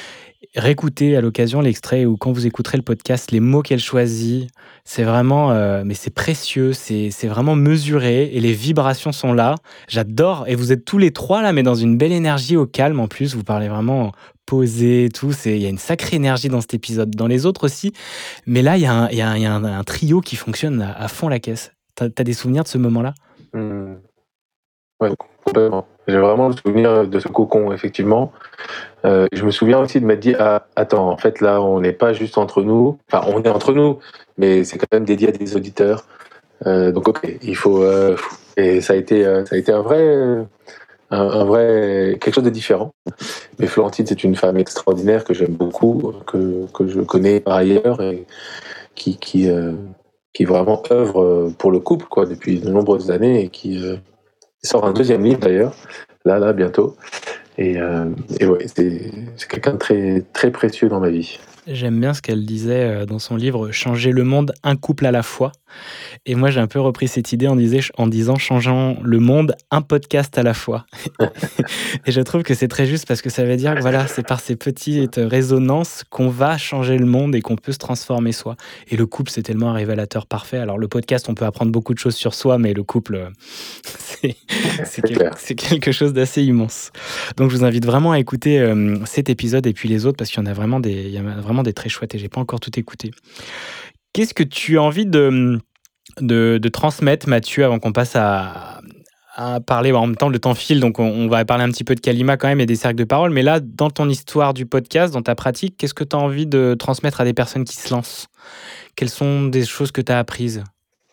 Réécoutez à l'occasion l'extrait, ou quand vous écouterez le podcast, les mots qu'elle choisit, c'est vraiment, euh, mais c'est précieux, c'est, c'est vraiment mesuré, et les vibrations sont là. J'adore, et vous êtes tous les trois là, mais dans une belle énergie, au calme en plus, vous parlez vraiment posé, tout, c'est, il y a une sacrée énergie dans cet épisode, dans les autres aussi, mais là, il y a un, il y a un, il y a un, un trio qui fonctionne à, à fond la caisse. T'as, t'as des souvenirs de ce moment-là ? Mmh. Ouais, complètement. J'ai vraiment le souvenir de ce cocon, effectivement. Euh, je me souviens aussi de m'être dit, ah, attends, en fait, là, on n'est pas juste entre nous. Enfin, on est entre nous, mais c'est quand même dédié à des auditeurs. Euh, donc, ok, il faut... Euh, et ça a été, euh, ça a été un vrai... Euh, un, un vrai... quelque chose de différent. Mais Florentine, c'est une femme extraordinaire que j'aime beaucoup, que, que je connais par ailleurs, et qui, qui, euh, qui vraiment œuvre pour le couple, quoi, depuis de nombreuses années, et qui... Euh, Il sort un deuxième livre d'ailleurs, là, là, bientôt. Et, euh, et ouais, c'est, c'est quelqu'un de très, très précieux dans ma vie. J'aime bien ce qu'elle disait dans son livre « Changer le monde, un couple à la fois ». Et moi, j'ai un peu repris cette idée en, disait, en disant « Changeons le monde, un podcast à la fois ». Et je trouve que c'est très juste parce que ça veut dire que voilà, c'est par ces petites résonances qu'on va changer le monde et qu'on peut se transformer soi. Et le couple, c'est tellement un révélateur parfait. Alors le podcast, on peut apprendre beaucoup de choses sur soi, mais le couple, c'est, c'est, c'est, quel, c'est quelque chose d'assez immense. Donc je vous invite vraiment à écouter euh, cet épisode et puis les autres parce qu'il y en a vraiment des, il y a vraiment des très chouettes et j'ai pas encore tout écouté. Qu'est-ce que tu as envie de, de, de transmettre, Mathieu, avant qu'on passe à, à parler, en même temps le temps file, donc on, on va parler un petit peu de Kalima quand même et des cercles de parole, mais là, dans ton histoire du podcast, dans ta pratique, qu'est-ce que tu as envie de transmettre à des personnes qui se lancent ? Quelles sont des choses que tu as apprises ?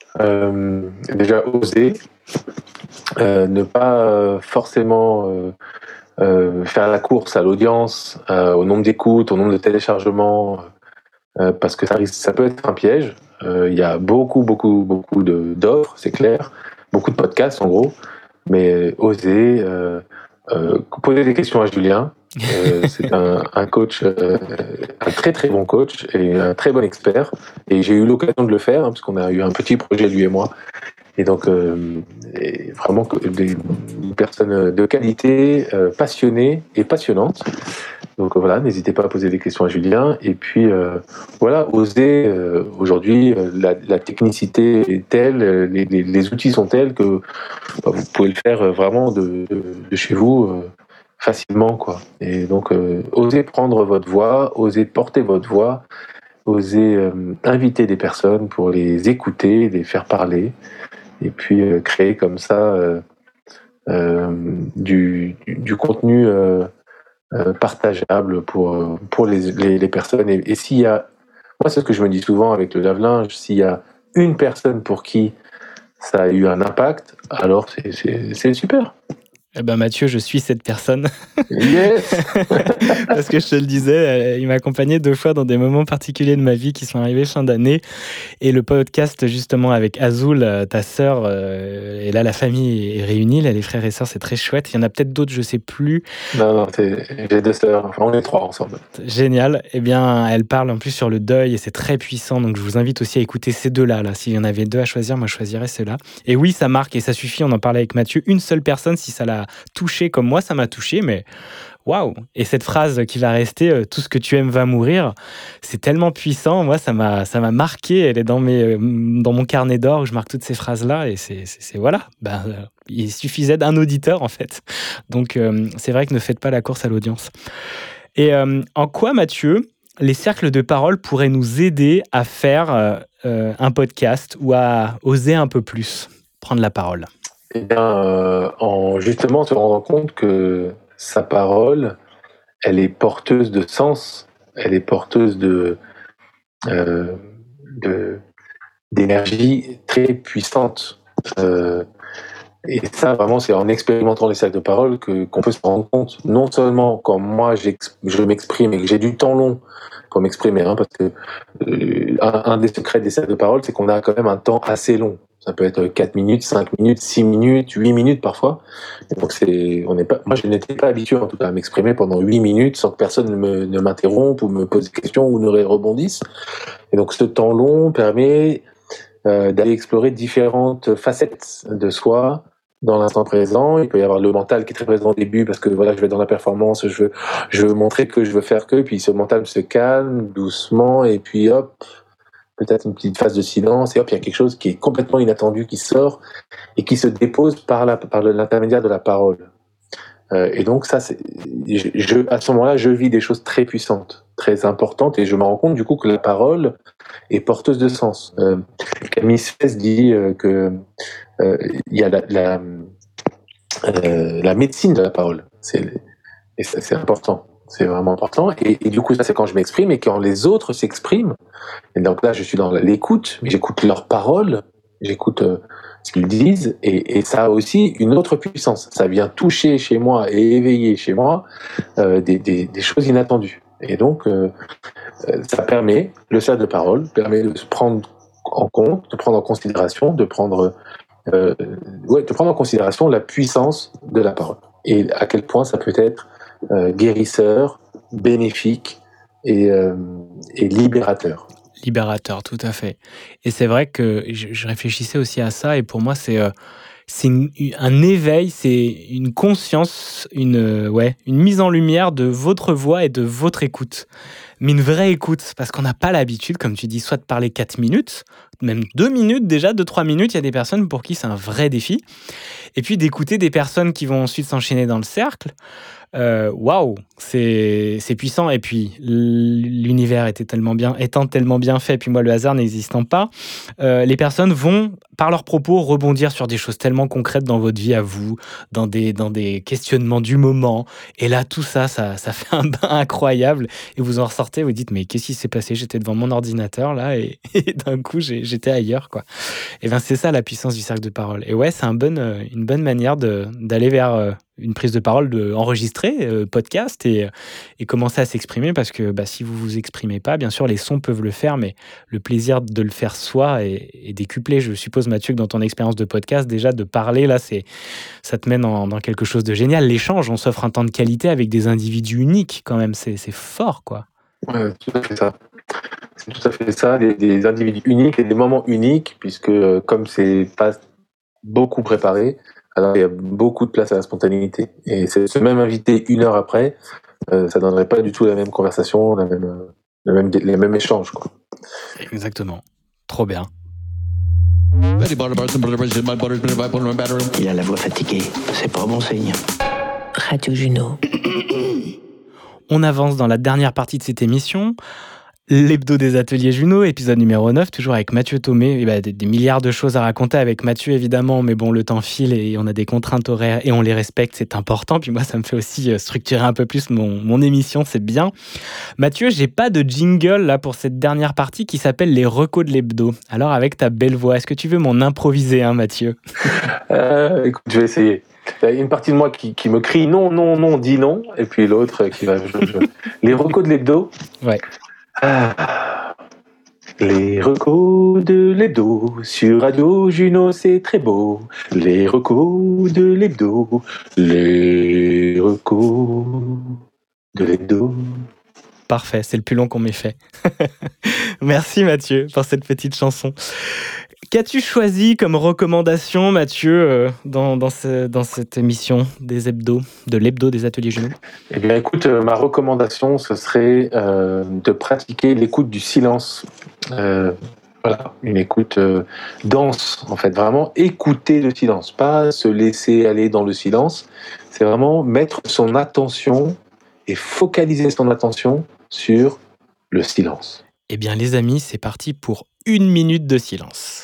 euh, Déjà, oser, euh, ne pas forcément euh, euh, faire la course à l'audience, euh, au nombre d'écoutes, au nombre de téléchargements, euh, parce que ça, risque, ça peut être un piège. Euh, Il y a beaucoup, beaucoup, beaucoup de, d'offres, c'est clair. Beaucoup de podcasts, en gros. Mais osez euh, euh, poser des questions à Julien. Euh, c'est un, un coach, euh, un très très bon coach et un très bon expert. Et j'ai eu l'occasion de le faire, hein, parce qu'on a eu un petit projet, lui et moi. Et donc, euh, et vraiment des, des personnes de qualité, euh, passionnées et passionnantes. Donc voilà, n'hésitez pas à poser des questions à Julien. Et puis, euh, voilà, osez. Euh, aujourd'hui, la, la technicité est telle, les, les, les outils sont tels que bah, vous pouvez le faire vraiment de, de, de chez vous euh, facilement, quoi. Et donc, euh, osez prendre votre voix, osez porter votre voix, osez euh, inviter des personnes pour les écouter, les faire parler. Et puis euh, créer comme ça euh, euh, du, du, du contenu euh, euh, partageable pour, pour les, les, les personnes. Et, et s'il y a, moi c'est ce que je me dis souvent avec le lave-linge, s'il y a une personne pour qui ça a eu un impact, alors c'est, c'est, c'est super. Eh ben Mathieu, je suis cette personne. Yes. Parce que je te le disais, il m'a accompagné deux fois dans des moments particuliers de ma vie qui sont arrivés fin d'année. Et le podcast justement avec Azul, ta sœur, euh, et là la famille est réunie, là, les frères et sœurs, c'est très chouette. Il y en a peut-être d'autres, je sais plus. Non, non, c'est, j'ai deux sœurs, enfin on est trois ensemble. Génial. Eh bien, elle parle en plus sur le deuil et c'est très puissant. Donc je vous invite aussi à écouter ces deux-là. Là. S'il y en avait deux à choisir, moi je choisirais ceux-là. Et oui, ça marque et ça suffit, on en parlait avec Mathieu. Une seule personne, si ça l'a touché comme moi, ça m'a touché, mais waouh! Et cette phrase qui va rester, tout ce que tu aimes va mourir, c'est tellement puissant. Moi, ça m'a, ça m'a marqué. Elle est dans, mes, dans mon carnet d'or où je marque toutes ces phrases-là. Et c'est, c'est, c'est voilà. Ben, il suffisait d'un auditeur, en fait. Donc, euh, c'est vrai que ne faites pas la course à l'audience. Et euh, en quoi, Mathieu, les cercles de parole pourraient nous aider à faire euh, un podcast ou à oser un peu plus prendre la parole? Eh bien, euh, en justement se rendant compte que sa parole, elle est porteuse de sens, elle est porteuse de, euh, de d'énergie très puissante. Euh, et ça, vraiment, c'est en expérimentant les cercles de parole que qu'on peut se rendre compte. Non seulement quand moi je m'exprime et que j'ai du temps long pour m'exprimer, hein, parce que euh, un, un des secrets des cercles de parole, c'est qu'on a quand même un temps assez long. Ça peut être quatre minutes, cinq minutes, six minutes, huit minutes parfois. Et donc c'est, on n'est pas, moi je n'étais pas habitué en tout cas à m'exprimer pendant huit minutes sans que personne ne, me, ne m'interrompe ou me pose des questions ou ne rebondisse. Et donc ce temps long permet euh, d'aller explorer différentes facettes de soi dans l'instant présent. Il peut y avoir le mental qui est très présent au début parce que voilà, je vais dans la performance, je veux, je veux montrer que je veux faire que, puis ce mental se calme doucement et puis hop, peut-être une petite phase de silence, et hop, il y a quelque chose qui est complètement inattendu qui sort et qui se dépose par, la, par l'intermédiaire de la parole. Euh, et donc ça, c'est, je, je, à ce moment-là, je vis des choses très puissantes, très importantes, et je me rends compte du coup que la parole est porteuse de sens. Euh, Camille Sfez dit euh, que euh, il y a la, la, euh, la médecine de la parole, c'est, et ça, c'est important. C'est vraiment important. Et, et du coup, ça, c'est quand je m'exprime et quand les autres s'expriment. Et donc là, je suis dans l'écoute, mais j'écoute leurs paroles, j'écoute euh, ce qu'ils disent, et, et ça a aussi une autre puissance. Ça vient toucher chez moi et éveiller chez moi euh, des, des, des choses inattendues. Et donc, euh, ça permet, le cercle de parole permet de se prendre en compte, de prendre en considération, de prendre, euh, ouais, de prendre en considération la puissance de la parole. Et à quel point ça peut être Euh, guérisseur, bénéfique et, euh, et libérateur. Libérateur, tout à fait. Et c'est vrai que je, je réfléchissais aussi à ça, et pour moi, c'est, euh, c'est une, un éveil, c'est une conscience, une, euh, ouais, une mise en lumière de votre voix et de votre écoute. Mais une vraie écoute, parce qu'on n'a pas l'habitude, comme tu dis, soit de parler quatre minutes, même deux minutes déjà, deux, trois minutes, il y a des personnes pour qui c'est un vrai défi. Et puis d'écouter des personnes qui vont ensuite s'enchaîner dans le cercle. Waouh, wow, c'est, c'est puissant. Et puis l'univers était tellement bien, étant tellement bien fait, puis moi le hasard n'existant pas, euh, les personnes vont par leurs propos rebondir sur des choses tellement concrètes dans votre vie à vous, dans des, dans des questionnements du moment. Et là tout ça, ça, ça fait un bain incroyable. Et vous en ressortez, vous dites mais qu'est-ce qui s'est passé? J'étais devant mon ordinateur là et, et d'un coup j'ai, j'étais ailleurs, quoi. Et ben c'est ça la puissance du cercle de parole. Et ouais, c'est un bon, euh, une bonne manière de, d'aller vers euh, une prise de parole, de enregistrer euh, podcast et, et commencer à s'exprimer, parce que bah, si vous vous exprimez pas, bien sûr les sons peuvent le faire, mais le plaisir de le faire soi est, est décuplé. Je suppose, Mathieu, que dans ton expérience de podcast, déjà de parler là, c'est ça te mène dans, dans quelque chose de génial. L'échange, on s'offre un temps de qualité avec des individus uniques quand même, c'est, c'est fort, quoi. Ouais, tout à fait ça. C'est tout à fait ça, des, des individus uniques et des moments uniques, puisque euh, comme c'est pas beaucoup préparé, alors il y a beaucoup de place à la spontanéité. Et c'est ce même invité une heure après, euh, ça donnerait pas du tout la même conversation, la même, euh, la même, les mêmes échanges, quoi. Exactement. Trop bien. Il a la voix fatiguée, c'est pas bon signe. Radio Juno. On avance dans la dernière partie de cette émission. L'hebdo des ateliers Juno, épisode numéro neuf, toujours avec Mathieu Thomé. Et bah, des, des milliards de choses à raconter avec Mathieu, évidemment, mais bon, le temps file et on a des contraintes horaires et on les respecte, c'est important. Puis moi, ça me fait aussi structurer un peu plus mon, mon émission, c'est bien. Mathieu, j'ai pas de jingle là pour cette dernière partie qui s'appelle les recos de l'hebdo. Alors, avec ta belle voix, est-ce que tu veux m'en improviser, hein, Mathieu ? euh, Écoute, je vais essayer. Il y a une partie de moi qui, qui me crie non, non, non, dis non, et puis l'autre qui va... Je, je... Les recos de l'hebdo. Ouais. Ah, les recos de l'hebdo sur Radio Juno, c'est très beau. Les recos de l'hebdo, les recos de l'hebdo. Parfait, c'est le plus long qu'on m'ait fait. Merci Mathieu pour cette petite chanson. Qu'as-tu choisi comme recommandation, Mathieu, euh, dans, dans, ce, dans cette émission des hebdos, de l'hebdo des ateliers Juno ? Eh bien, écoute, euh, ma recommandation, ce serait euh, de pratiquer l'écoute du silence. Euh, voilà, une écoute euh, dense, en fait, vraiment écouter le silence, pas se laisser aller dans le silence. C'est vraiment mettre son attention et focaliser son attention sur le silence. Eh bien, les amis, c'est parti pour une minute de silence.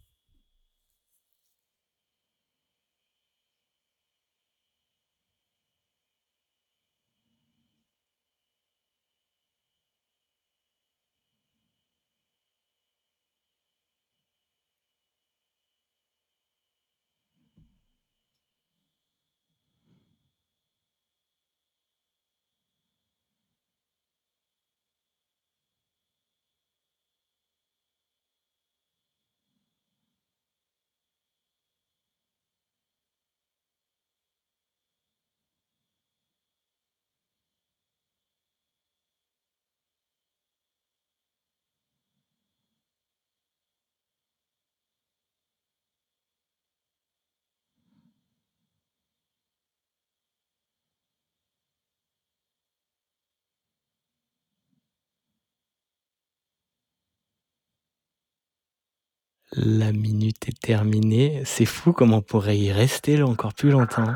La minute est terminée. C'est fou comme on pourrait y rester là encore plus longtemps.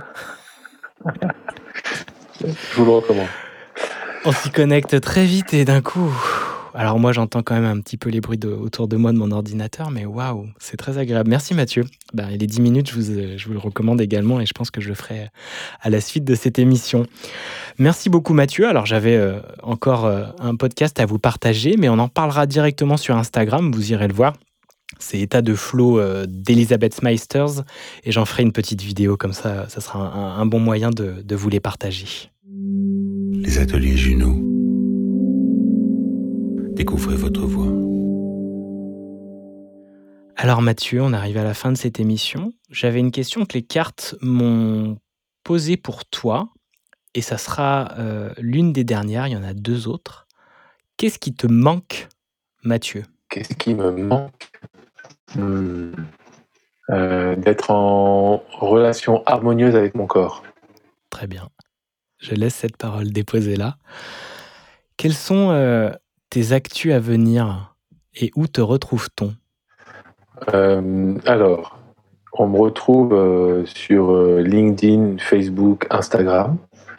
Je vous le recommande. On s'y connecte très vite et d'un coup... Alors moi, j'entends quand même un petit peu les bruits de, autour de moi de mon ordinateur, mais waouh, c'est très agréable. Merci Mathieu. Ben, les dix minutes, je vous, je vous le recommande également et je pense que je le ferai à la suite de cette émission. Merci beaucoup Mathieu. Alors j'avais euh, encore euh, un podcast à vous partager, mais on en parlera directement sur Instagram, vous irez le voir. C'est État de flow euh, d'Elisabeth Meisters et j'en ferai une petite vidéo comme ça, ça sera un, un bon moyen de, de vous les partager. Les ateliers Juno. Découvrez votre voix. Alors Mathieu, on arrive à la fin de cette émission. J'avais une question que les cartes m'ont posée pour toi et ça sera euh, l'une des dernières, il y en a deux autres. Qu'est-ce qui te manque, Mathieu ? Qu'est-ce qui me manque ? Hmm. Euh, d'être en relation harmonieuse avec mon corps. Très bien. Je laisse cette parole déposée là. Quels sont euh, tes actus à venir et où te retrouve-t-on ? euh, Alors, on me retrouve euh, sur euh, LinkedIn, Facebook, Instagram.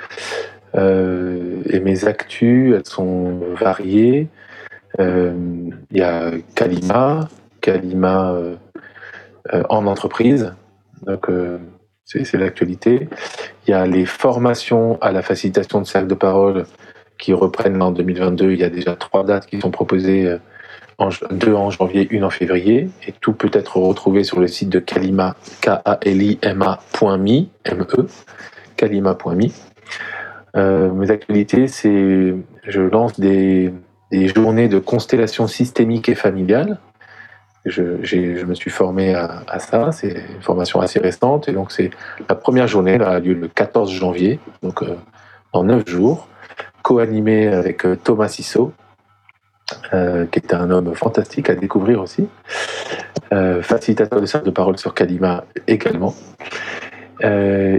Euh, et mes actus, elles sont variées. Il euh, y a Kalima, Kalima euh, euh, en entreprise, donc euh, c'est, c'est l'actualité. Il y a les formations à la facilitation de cercle de parole qui reprennent en deux mille vingt-deux. Il y a déjà trois dates qui sont proposées euh, en, deux en janvier, une en février, et tout peut être retrouvé sur le site de Kalima, K A L I M A point M E, M E, kalima point M E. Euh, mes actualités, c'est je lance des, des journées de constellation systémique et familiale. Je, j'ai, je me suis formé à, à ça, c'est une formation assez récente, et donc c'est la première journée, là, a lieu le quatorze janvier, donc euh, dans neuf jours, co-animée avec euh, Thomas Sissot, euh, qui est un homme fantastique à découvrir aussi, euh, facilitateur de cercle de parole sur Kalima également, euh,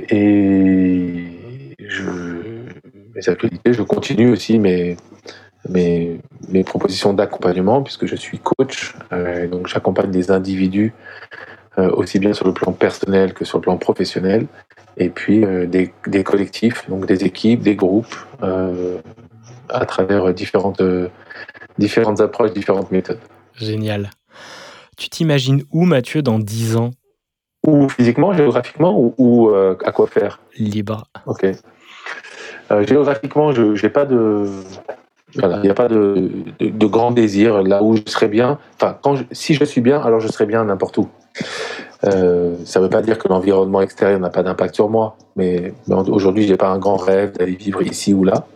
et je, mes actualités, je continue aussi mes Mes, mes propositions d'accompagnement, puisque je suis coach, euh, donc j'accompagne des individus euh, aussi bien sur le plan personnel que sur le plan professionnel, et puis euh, des, des collectifs, donc des équipes, des groupes, euh, à travers différentes, euh, différentes approches, différentes méthodes. Génial. Tu t'imagines où, Mathieu, dans dix ans ? Ou physiquement, géographiquement, ou, ou euh, à quoi faire ? Libre. Ok. Euh, géographiquement, je n'ai pas de... Voilà, il n'y a pas de, de, de grand désir là où je serais bien. Enfin, quand je, si je suis bien, alors je serais bien n'importe où. Euh, ça ne veut pas dire que l'environnement extérieur n'a pas d'impact sur moi, mais, mais aujourd'hui, je n'ai pas un grand rêve d'aller vivre ici ou là.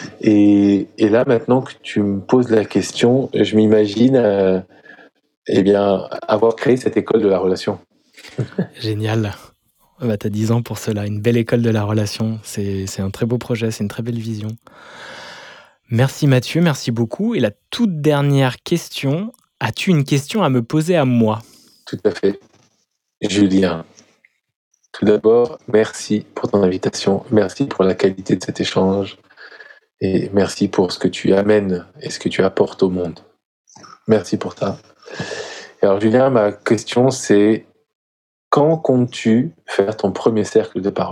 Et, et là, maintenant que tu me poses la question, je m'imagine euh, eh bien, avoir créé cette école de la relation. Génial. Bah, tu as dix ans pour cela, une belle école de la relation. C'est, c'est un très beau projet, c'est une très belle vision. Merci Mathieu, merci beaucoup. Et la toute dernière question, as-tu une question à me poser à moi ? Tout à fait. Julien, tout d'abord, merci pour ton invitation, merci pour la qualité de cet échange et merci pour ce que tu amènes et ce que tu apportes au monde. Merci pour ça. Et alors Julien, ma question c'est, quand comptes-tu faire ton premier cercle de parole ?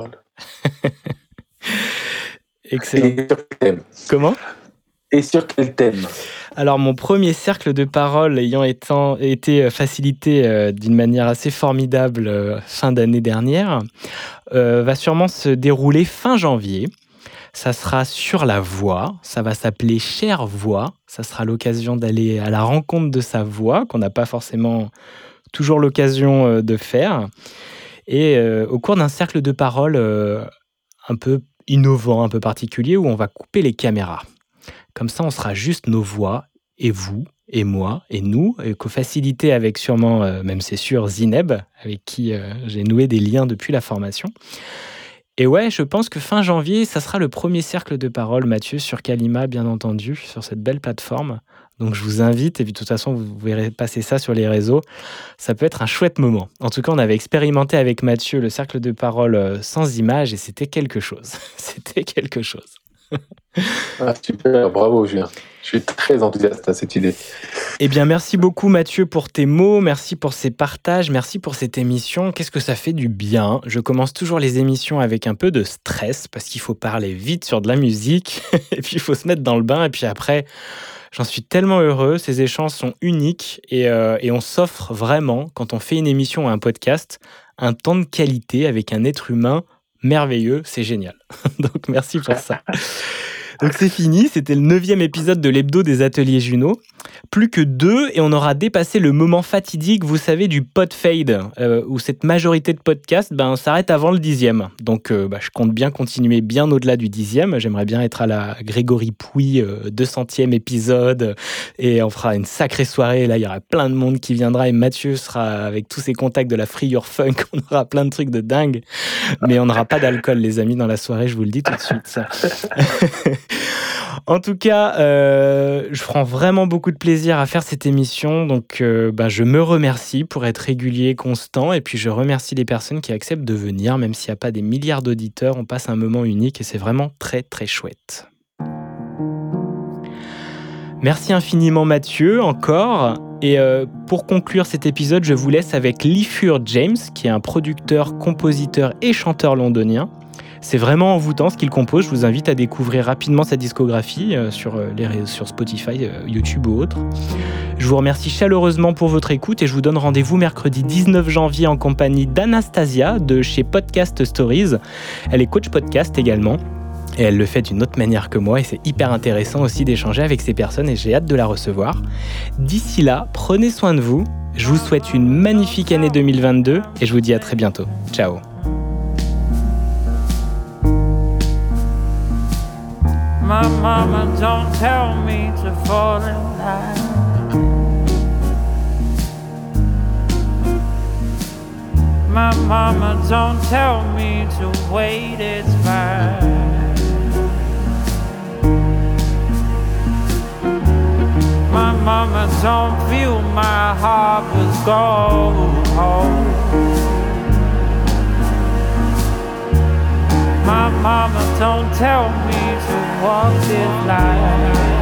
Excellent. Et sur quel thème ? Comment ? Et sur quel thème ? Alors, mon premier cercle de parole ayant étant, été facilité euh, d'une manière assez formidable euh, fin d'année dernière, euh, va sûrement se dérouler fin janvier. Ça sera sur la voix, ça va s'appeler Chère Voix. Ça sera l'occasion d'aller à la rencontre de sa voix, qu'on n'a pas forcément toujours l'occasion euh, de faire. Et euh, au cours d'un cercle de parole euh, un peu innovant, un peu particulier, où on va couper les caméras. Comme ça, on sera juste nos voix, et vous, et moi, et nous, et co-facilité avec sûrement, euh, même c'est sûr, Zineb, avec qui euh, j'ai noué des liens depuis la formation. Et ouais, je pense que fin janvier, ça sera le premier cercle de parole, Mathieu, sur Kalima, bien entendu, sur cette belle plateforme. Donc je vous invite, et puis de toute façon, vous verrez passer ça sur les réseaux. Ça peut être un chouette moment. En tout cas, on avait expérimenté avec Mathieu le cercle de parole sans images, et c'était quelque chose. C'était quelque chose. Ah, super, bravo Julien. Je suis très enthousiaste à cette idée. Eh bien, merci beaucoup Mathieu pour tes mots, merci pour ces partages, merci pour cette émission. Qu'est-ce que ça fait du bien ? Je commence toujours les émissions avec un peu de stress parce qu'il faut parler vite sur de la musique et puis il faut se mettre dans le bain et puis après, j'en suis tellement heureux. Ces échanges sont uniques et, euh, et on s'offre vraiment, quand on fait une émission ou un podcast, un temps de qualité avec un être humain merveilleux, c'est génial. Donc merci pour ça. Donc c'est fini, c'était le neuvième épisode de l'hebdo des ateliers Juno. Plus que deux et on aura dépassé le moment fatidique, vous savez, du pod fade, euh, où cette majorité de podcasts ben, s'arrête avant le dixième. Donc euh, bah, je compte bien continuer bien au-delà du dixième. J'aimerais bien être à la Grégory Pouy, euh, deux centième épisode, et on fera une sacrée soirée. Là, il y aura plein de monde qui viendra et Mathieu sera avec tous ses contacts de la Free Your Funk. On aura plein de trucs de dingue, mais on n'aura pas d'alcool, les amis, dans la soirée, je vous le dis tout de suite. Ça. En tout cas, euh, je prends vraiment beaucoup de plaisir à faire cette émission, donc euh, bah, je me remercie pour être régulier, constant, et puis je remercie les personnes qui acceptent de venir, même s'il n'y a pas des milliards d'auditeurs, on passe un moment unique et c'est vraiment très très chouette. Merci infiniment Mathieu, encore. Et euh, pour conclure cet épisode, je vous laisse avec Lee Fur James, qui est un producteur, compositeur et chanteur londonien. C'est vraiment envoûtant ce qu'il compose. Je vous invite à découvrir rapidement sa discographie euh, sur, euh, les, sur Spotify, euh, YouTube ou autre. Je vous remercie chaleureusement pour votre écoute et je vous donne rendez-vous mercredi dix-neuf janvier en compagnie d'Anastasia de chez Podcast Stories. Elle est coach podcast également. Et elle le fait d'une autre manière que moi et c'est hyper intéressant aussi d'échanger avec ces personnes et j'ai hâte de la recevoir. D'ici là, prenez soin de vous. Je vous souhaite une magnifique année deux mille vingt-deux et je vous dis à très bientôt. Ciao. My mama don't tell me to fall in line. My mama don't tell me to wait, it's fine. My mama don't fill my heart with gold. My mama don't tell me to walk this life.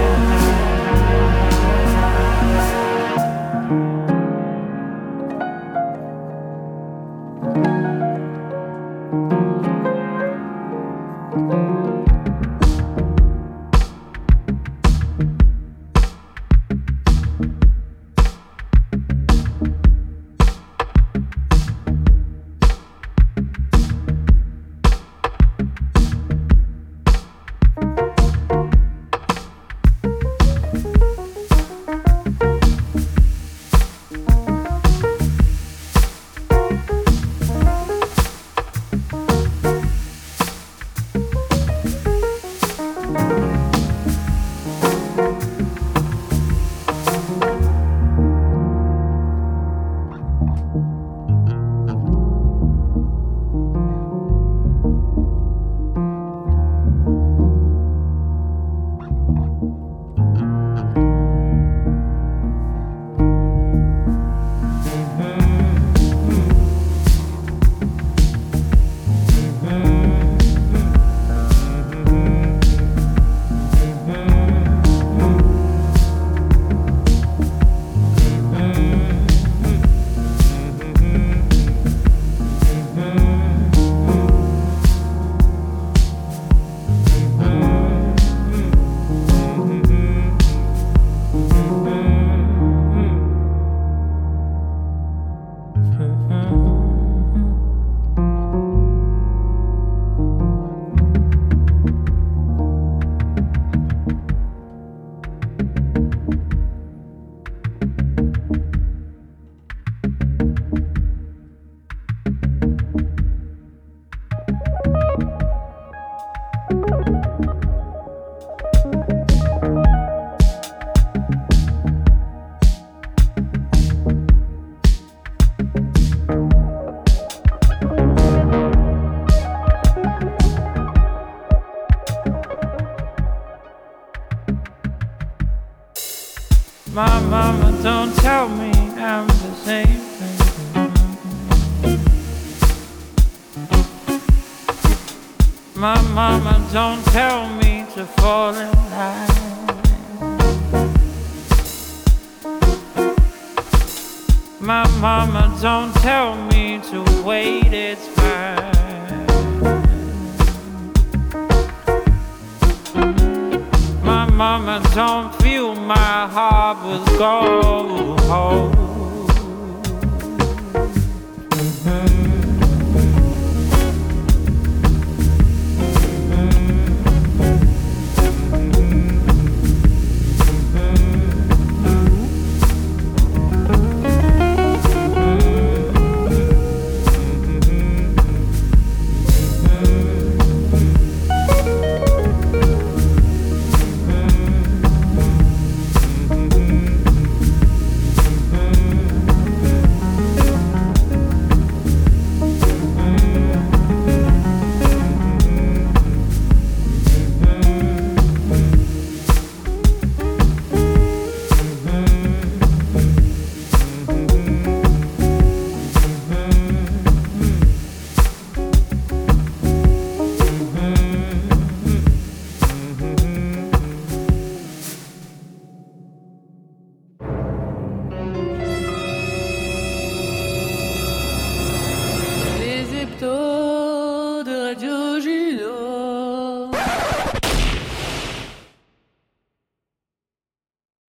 My mama don't tell me I'm the same thing. My mama don't tell me to fall in line. My mama don't tell me to wait, it's fine. My mama don't fill my heart with gold.